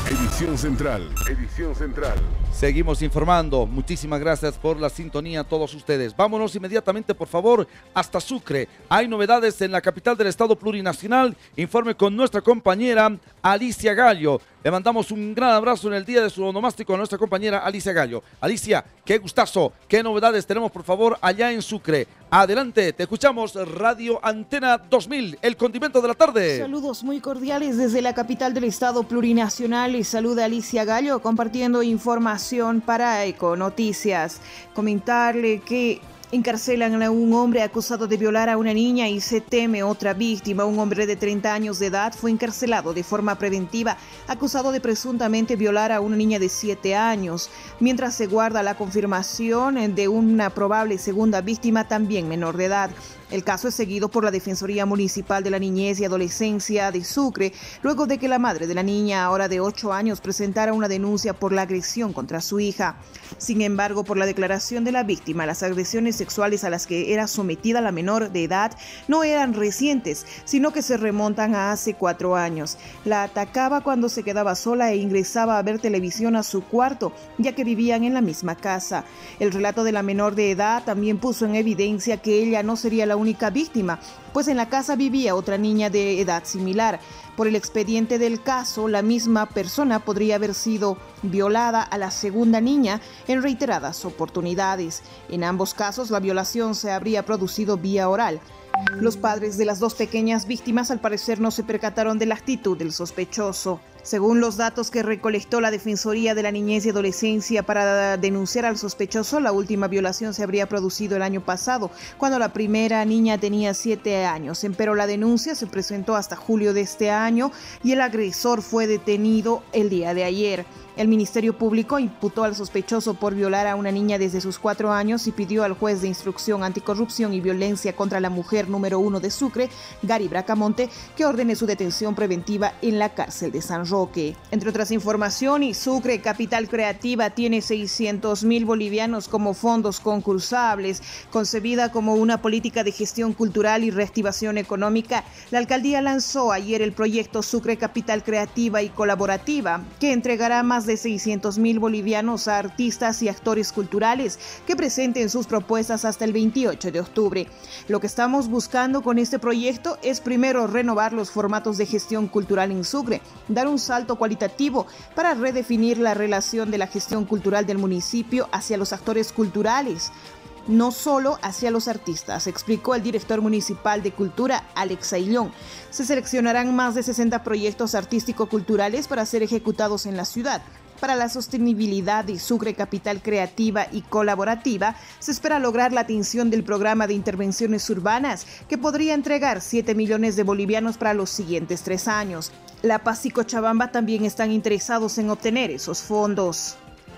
Edición central. Edición central. Seguimos informando. Muchísimas gracias por la sintonía a todos ustedes. Vámonos inmediatamente, por favor, hasta Sucre. Hay novedades en la capital del estado plurinacional. Informe con nuestra compañera Alicia Gallo. Le mandamos un gran abrazo en el día de su onomástico a nuestra compañera Alicia Gallo. Alicia, qué gustazo. ¿Qué novedades tenemos, por favor, allá en Sucre? Adelante, te escuchamos. Radio Antena dos mil, el condimento de la tarde. Saludos muy cordiales desde la capital del estado plurinacional. Les saluda Alicia Gallo compartiendo información para Econoticias. Comentarle que encarcelan a un hombre acusado de violar a una niña y se teme otra víctima. Un hombre de treinta años de edad fue encarcelado de forma preventiva, acusado de presuntamente violar a una niña de siete años, mientras se guarda la confirmación de una probable segunda víctima, también menor de edad. El caso es seguido por la Defensoría Municipal de la Niñez y Adolescencia de Sucre, luego de que la madre de la niña, ahora de ocho años, presentara una denuncia por la agresión contra su hija. Sin embargo, por la declaración de la víctima, las agresiones sexuales a las que era sometida la menor de edad no eran recientes, sino que se remontan a hace cuatro años. La atacaba cuando se quedaba sola e ingresaba a ver televisión a su cuarto, ya que vivían en la misma casa. El relato de la menor de edad también puso en evidencia que ella no sería la única víctima, pues en la casa vivía otra niña de edad similar. Por el expediente del caso, la misma persona podría haber sido violada a la segunda niña en reiteradas oportunidades. En ambos casos, la violación se habría producido vía oral. Los padres de las dos pequeñas víctimas al parecer no se percataron de la actitud del sospechoso. Según los datos que recolectó la Defensoría de la Niñez y Adolescencia para denunciar al sospechoso, la última violación se habría producido el año pasado, cuando la primera niña tenía siete años. Pero la denuncia se presentó hasta julio de este año y el agresor fue detenido el día de ayer. El Ministerio Público imputó al sospechoso por violar a una niña desde sus cuatro años y pidió al juez de instrucción anticorrupción y violencia contra la mujer número uno de Sucre, Gary Bracamonte, que ordene su detención preventiva en la cárcel de San Roque. Entre otras informaciones, Sucre, capital creativa, tiene seiscientos mil bolivianos como fondos concursables. Concebida como una política de gestión cultural y reactivación económica, la alcaldía lanzó ayer el proyecto Sucre Capital Creativa y Colaborativa, que entregará más de seiscientos mil bolivianos a artistas y actores culturales que presenten sus propuestas hasta el veintiocho de octubre. Lo que estamos buscando con este proyecto es primero renovar los formatos de gestión cultural en Sucre, dar un salto cualitativo para redefinir la relación de la gestión cultural del municipio hacia los actores culturales, no solo hacia los artistas, explicó el director municipal de Cultura, Alex Aillón. Se seleccionarán más de sesenta proyectos artístico-culturales para ser ejecutados en la ciudad. Para la sostenibilidad de Sucre Capital Creativa y Colaborativa, se espera lograr la atención del programa de intervenciones urbanas, que podría entregar siete millones de bolivianos para los siguientes tres años. La Paz y Cochabamba también están interesados en obtener esos fondos.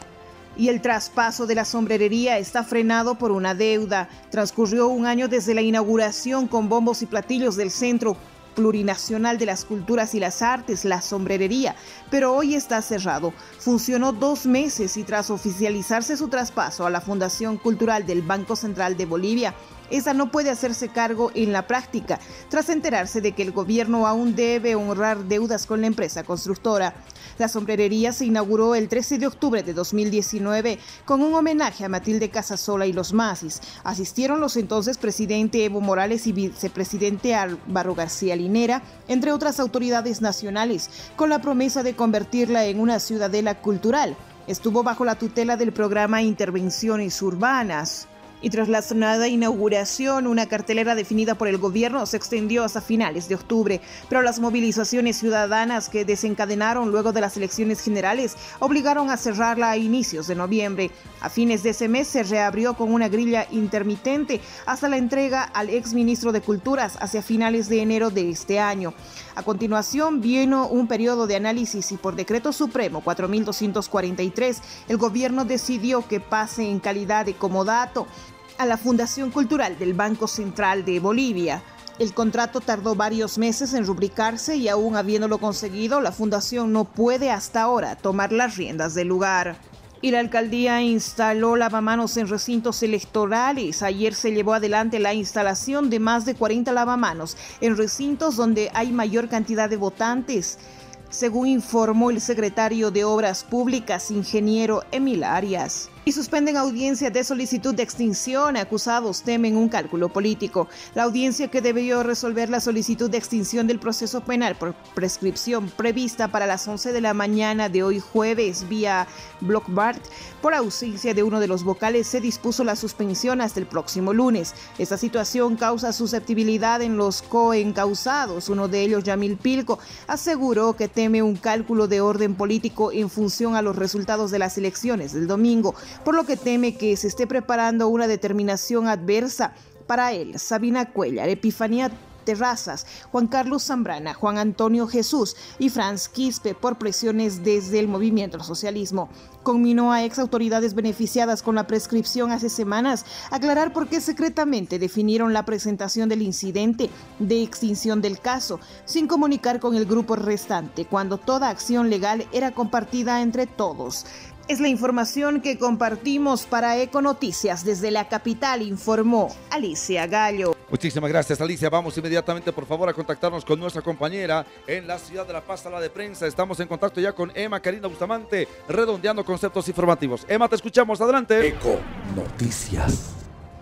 Y el traspaso de la sombrerería está frenado por una deuda. Transcurrió un año desde la inauguración con bombos y platillos del Centro Plurinacional de las Culturas y las Artes, la sombrerería, pero hoy está cerrado. Funcionó dos meses y tras oficializarse su traspaso a la Fundación Cultural del Banco Central de Bolivia, esa no puede hacerse cargo en la práctica, tras enterarse de que el gobierno aún debe honrar deudas con la empresa constructora. La sombrerería se inauguró el trece de octubre de dos mil diecinueve con un homenaje a Matilde Casasola y los Masis. Asistieron los entonces presidente Evo Morales y vicepresidente Álvaro García Linera, entre otras autoridades nacionales, con la promesa de convertirla en una ciudadela cultural. Estuvo bajo la tutela del programa Intervenciones Urbanas. Y tras la sonada inauguración, una cartelera definida por el gobierno se extendió hasta finales de octubre, pero las movilizaciones ciudadanas que desencadenaron luego de las elecciones generales obligaron a cerrarla a inicios de noviembre. A fines de ese mes se reabrió con una grilla intermitente hasta la entrega al exministro de Culturas hacia finales de enero de este año. A continuación vino un periodo de análisis y por decreto supremo cuatro mil doscientos cuarenta y tres, el gobierno decidió que pase en calidad de comodato a la Fundación Cultural del Banco Central de Bolivia. El contrato tardó varios meses en rubricarse y aún habiéndolo conseguido, la fundación no puede hasta ahora tomar las riendas del lugar. Y la alcaldía instaló lavamanos en recintos electorales. Ayer se llevó adelante la instalación de más de cuarenta lavamanos en recintos donde hay mayor cantidad de votantes. según informó el secretario de Obras Públicas, ingeniero Emil Arias. Y suspenden audiencia de solicitud de extinción. Acusados temen un cálculo político. La audiencia que debió resolver la solicitud de extinción del proceso penal por prescripción prevista para las once de la mañana de hoy jueves vía Blockbart, por ausencia de uno de los vocales, se dispuso la suspensión hasta el próximo lunes. Esta situación causa susceptibilidad en los coencausados. Uno de ellos, Yamil Pilco, aseguró que teme un cálculo de orden político en función a los resultados de las elecciones del domingo, por lo que teme que se esté preparando una determinación adversa para él. Sabina Cuellar, Epifanía Terrazas, Juan Carlos Zambrana, Juan Antonio Jesús y Franz Quispe por presiones desde el movimiento al socialismo. Conminó a ex autoridades beneficiadas con la prescripción hace semanas aclarar por qué secretamente definieron la presentación del incidente de extinción del caso sin comunicar con el grupo restante, cuando toda acción legal era compartida entre todos. Es la información que compartimos para Econoticias. Desde la capital informó Alicia Gallo. Muchísimas gracias, Alicia. Vamos inmediatamente, por favor, a contactarnos con nuestra compañera en la ciudad de La Paz, sala de prensa. Estamos en contacto ya con Emma Karina Bustamante, redondeando conceptos informativos. Emma, te escuchamos. Adelante. Eco Noticias.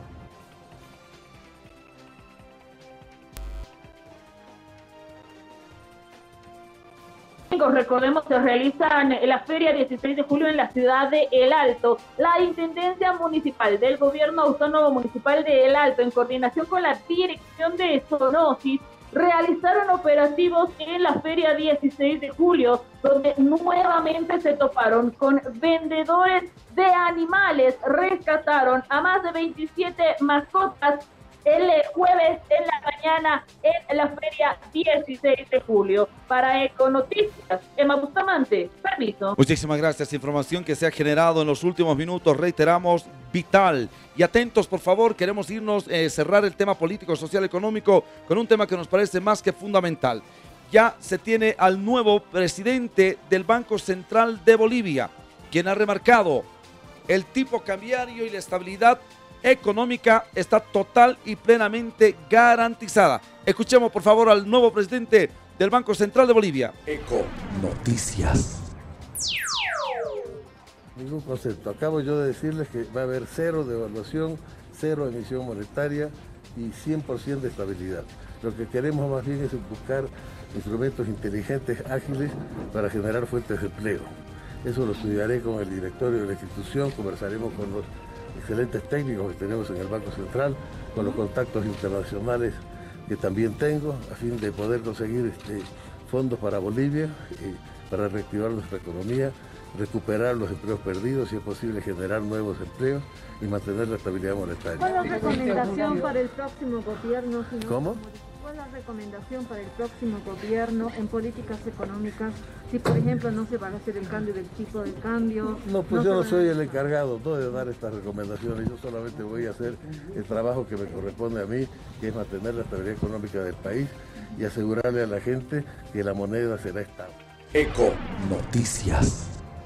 Recordemos, se realizan la feria dieciséis de julio en la ciudad de El Alto. La Intendencia Municipal del Gobierno Autónomo Municipal de El Alto, en coordinación con la Dirección de Zoonosis, realizaron operativos en la feria dieciséis de julio, donde nuevamente se toparon con vendedores de animales. Rescataron a más de veintisiete mascotas el jueves en la mañana en la feria dieciséis de julio. Para Econoticias, Emma Bustamante, permiso. Muchísimas gracias. Información que se ha generado en los últimos minutos, reiteramos, vital. Y atentos, por favor, queremos irnos, eh, cerrar el tema político, social, económico, con un tema que nos parece más que fundamental. Ya se tiene al nuevo presidente del Banco Central de Bolivia, quien ha remarcado el tipo cambiario y la estabilidad económica está total y plenamente garantizada. Escuchemos, por favor, al nuevo presidente del Banco Central de Bolivia. Eco Noticias. Ningún concepto. Acabo yo de decirles que va a haber cero devaluación, cero emisión monetaria y cien por ciento de estabilidad. Lo que queremos más bien es buscar instrumentos inteligentes, ágiles, para generar fuentes de empleo. Eso lo estudiaré con el directorio de la institución, conversaremos con los excelentes técnicos que tenemos en el Banco Central, con los contactos internacionales que también tengo, a fin de poder conseguir este, fondos para Bolivia, eh, para reactivar nuestra economía, recuperar los empleos perdidos, si es posible generar nuevos empleos y mantener la estabilidad monetaria. ¿Cuál es la recomendación para el próximo gobierno? Si no ¿Cómo? ¿Cuál es la recomendación para el próximo gobierno en políticas económicas? Si, por ejemplo, no se va a hacer el cambio del tipo de cambio. No, pues no yo no van... soy el encargado no, de dar estas recomendaciones. Yo solamente voy a hacer el trabajo que me corresponde a mí, que es mantener la estabilidad económica del país y asegurarle a la gente que la moneda será estable. Eco Noticias.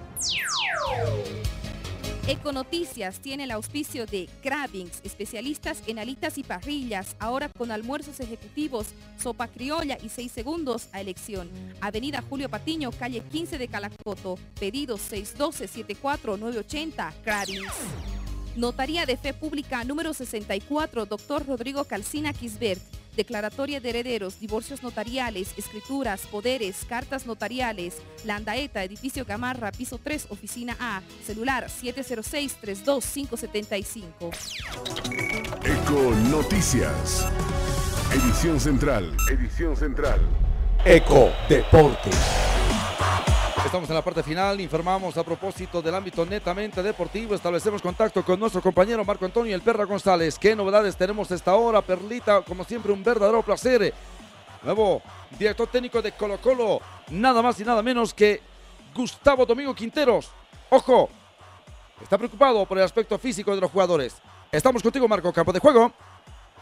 Econoticias tiene el auspicio de Cravings, especialistas en alitas y parrillas, ahora con almuerzos ejecutivos, sopa criolla y seis segundos a elección. Avenida Julio Patiño, calle quince de Calacoto, pedidos seis uno dos, siete cuatro nueve ocho cero, Cravings. Notaría de Fe Pública número sesenta y cuatro, doctor Rodrigo Calcina Quisbert. Declaratoria de herederos, divorcios notariales, escrituras, poderes, cartas notariales. Landaeta, edificio Gamarra, piso tres, oficina A. Celular siete cero seis, tres dos cinco siete cinco. Eco Noticias. Edición central. Edición central. Eco Deportes. Estamos en la parte final, informamos a propósito del ámbito netamente deportivo, establecemos contacto con nuestro compañero Marco Antonio El Perra González. ¿Qué novedades tenemos esta hora, Perlita? Como siempre, un verdadero placer. Nuevo director técnico de Colo Colo, nada más y nada menos que Gustavo Domingo Quinteros. Ojo, está preocupado por el aspecto físico de los jugadores. Estamos contigo, Marco, campo de juego.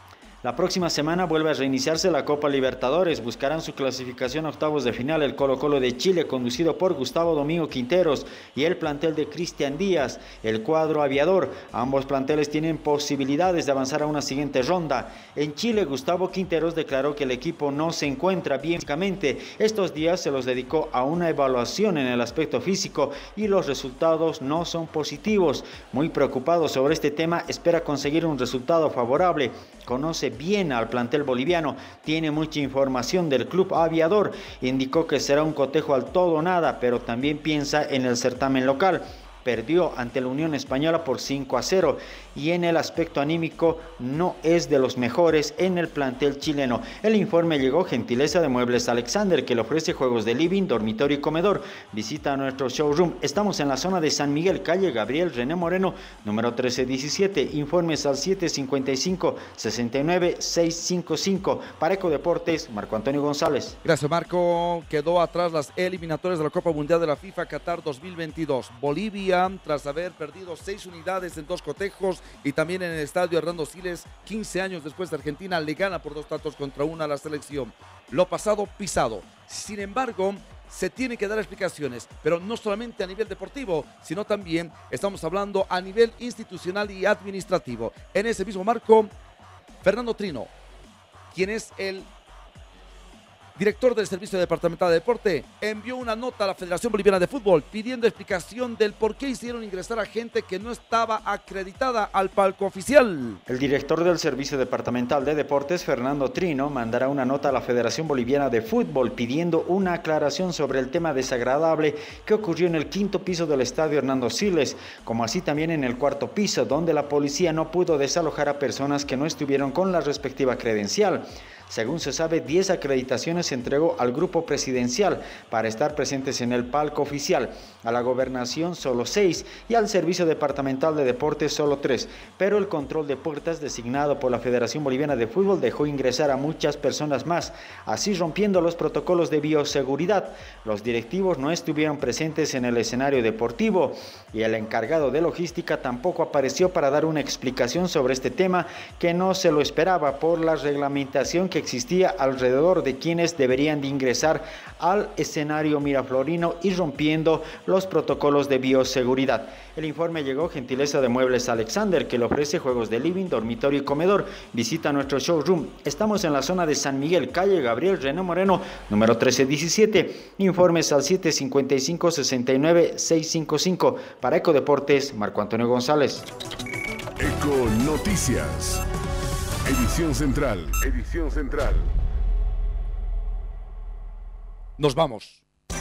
La próxima semana vuelve a reiniciarse la Copa Libertadores. Buscarán su clasificación a octavos de final el Colo-Colo de Chile, conducido por Gustavo Domingo Quinteros, y el plantel de Cristian Díaz, el cuadro aviador. Ambos planteles tienen posibilidades de avanzar a una siguiente ronda. En Chile, Gustavo Quinteros declaró que el equipo no se encuentra bien físicamente. Estos días se los dedicó a una evaluación en el aspecto físico y los resultados no son positivos. Muy preocupado sobre este tema, espera conseguir un resultado favorable. Conoce bien al plantel boliviano, tiene mucha información del club aviador, indicó que será un cotejo al todo o nada, pero también piensa en el certamen local. Perdió ante la Unión Española por cinco a cero y en el aspecto anímico no es de los mejores en el plantel chileno. El informe llegó gentileza de Muebles Alexander, que le ofrece juegos de living, dormitorio y comedor. Visita nuestro showroom. Estamos en la zona de San Miguel, calle Gabriel René Moreno, número trece diecisiete. Informes al siete cincuenta y cinco, sesenta y nueve, seiscientos cincuenta y cinco. Para Eco Deportes, Marco Antonio González. Gracias, Marco. Quedó atrás las eliminatorias de la Copa Mundial de la FIFA Qatar dos mil veintidós. Bolivia, tras haber perdido seis unidades en dos cotejos y también en el estadio Hernando Siles, quince años después de Argentina, le gana por dos tantos contra una a la selección. Lo pasado, pisado. Sin embargo, se tiene que dar explicaciones, pero no solamente a nivel deportivo, sino también estamos hablando a nivel institucional y administrativo. En ese mismo marco, Fernando Trino, quien es el director del Servicio Departamental de Deporte, envió una nota a la Federación Boliviana de Fútbol pidiendo explicación del por qué hicieron ingresar a gente que no estaba acreditada al palco oficial. El director del Servicio Departamental de Deportes, Fernando Trino, mandará una nota a la Federación Boliviana de Fútbol pidiendo una aclaración sobre el tema desagradable que ocurrió en el quinto piso del estadio Hernando Siles, como así también en el cuarto piso, donde la policía no pudo desalojar a personas que no estuvieron con la respectiva credencial. Según se sabe, diez acreditaciones se entregó al grupo presidencial para estar presentes en el palco oficial, a la gobernación solo seis y al Servicio Departamental de Deportes solo tres, pero el control de puertas designado por la Federación Boliviana de Fútbol dejó ingresar a muchas personas más, así rompiendo los protocolos de bioseguridad. Los directivos no estuvieron presentes en el escenario deportivo y el encargado de logística tampoco apareció para dar una explicación sobre este tema, que no se lo esperaba por la reglamentación que existía alrededor de quienes deberían de ingresar al escenario miraflorino y rompiendo los protocolos de bioseguridad. El informe llegó gentileza de Muebles Alexander, que le ofrece juegos de living, dormitorio y comedor. Visita nuestro showroom. Estamos en la zona de San Miguel, calle Gabriel René Moreno, número trece diecisiete. Informes al siete cincuenta y cinco, sesenta y nueve, seiscientos cincuenta y cinco. Para Eco Deportes, Marco Antonio González. Eco Noticias. Edición Central. Edición Central. Nos vamos.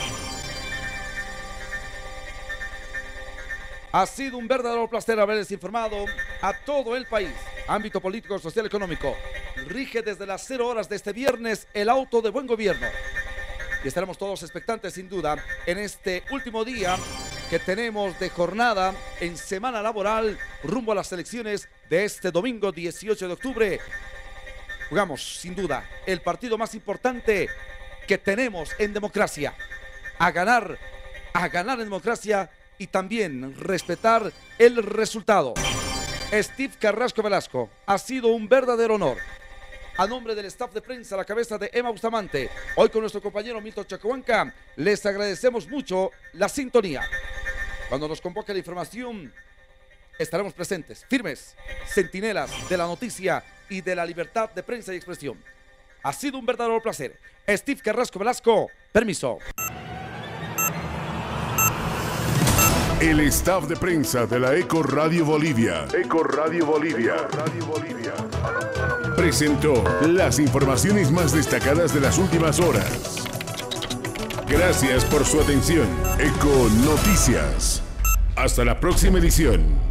Ha sido un verdadero placer haberles informado a todo el país. Ámbito político, social, económico. Rige desde las cero horas de este viernes el auto de buen gobierno. Y estaremos todos expectantes, sin duda, en este último día que tenemos de jornada en semana laboral rumbo a las elecciones de este domingo dieciocho de octubre. Jugamos, sin duda, el partido más importante que tenemos en democracia. A ganar, a ganar en democracia y también respetar el resultado. Steve Carrasco Velasco, ha sido un verdadero honor. A nombre del staff de prensa a la cabeza de Emma Bustamante, hoy con nuestro compañero Milton Chacoanca, les agradecemos mucho la sintonía. Cuando nos convoque la información, estaremos presentes, firmes, centinelas de la noticia y de la libertad de prensa y expresión. Ha sido un verdadero placer. Steve Carrasco Velasco, permiso. El staff de prensa de la Eco Radio Bolivia. Eco Radio Bolivia. Eco Radio Bolivia. Presentó las informaciones más destacadas de las últimas horas. Gracias por su atención. Eco Noticias. Hasta la próxima edición.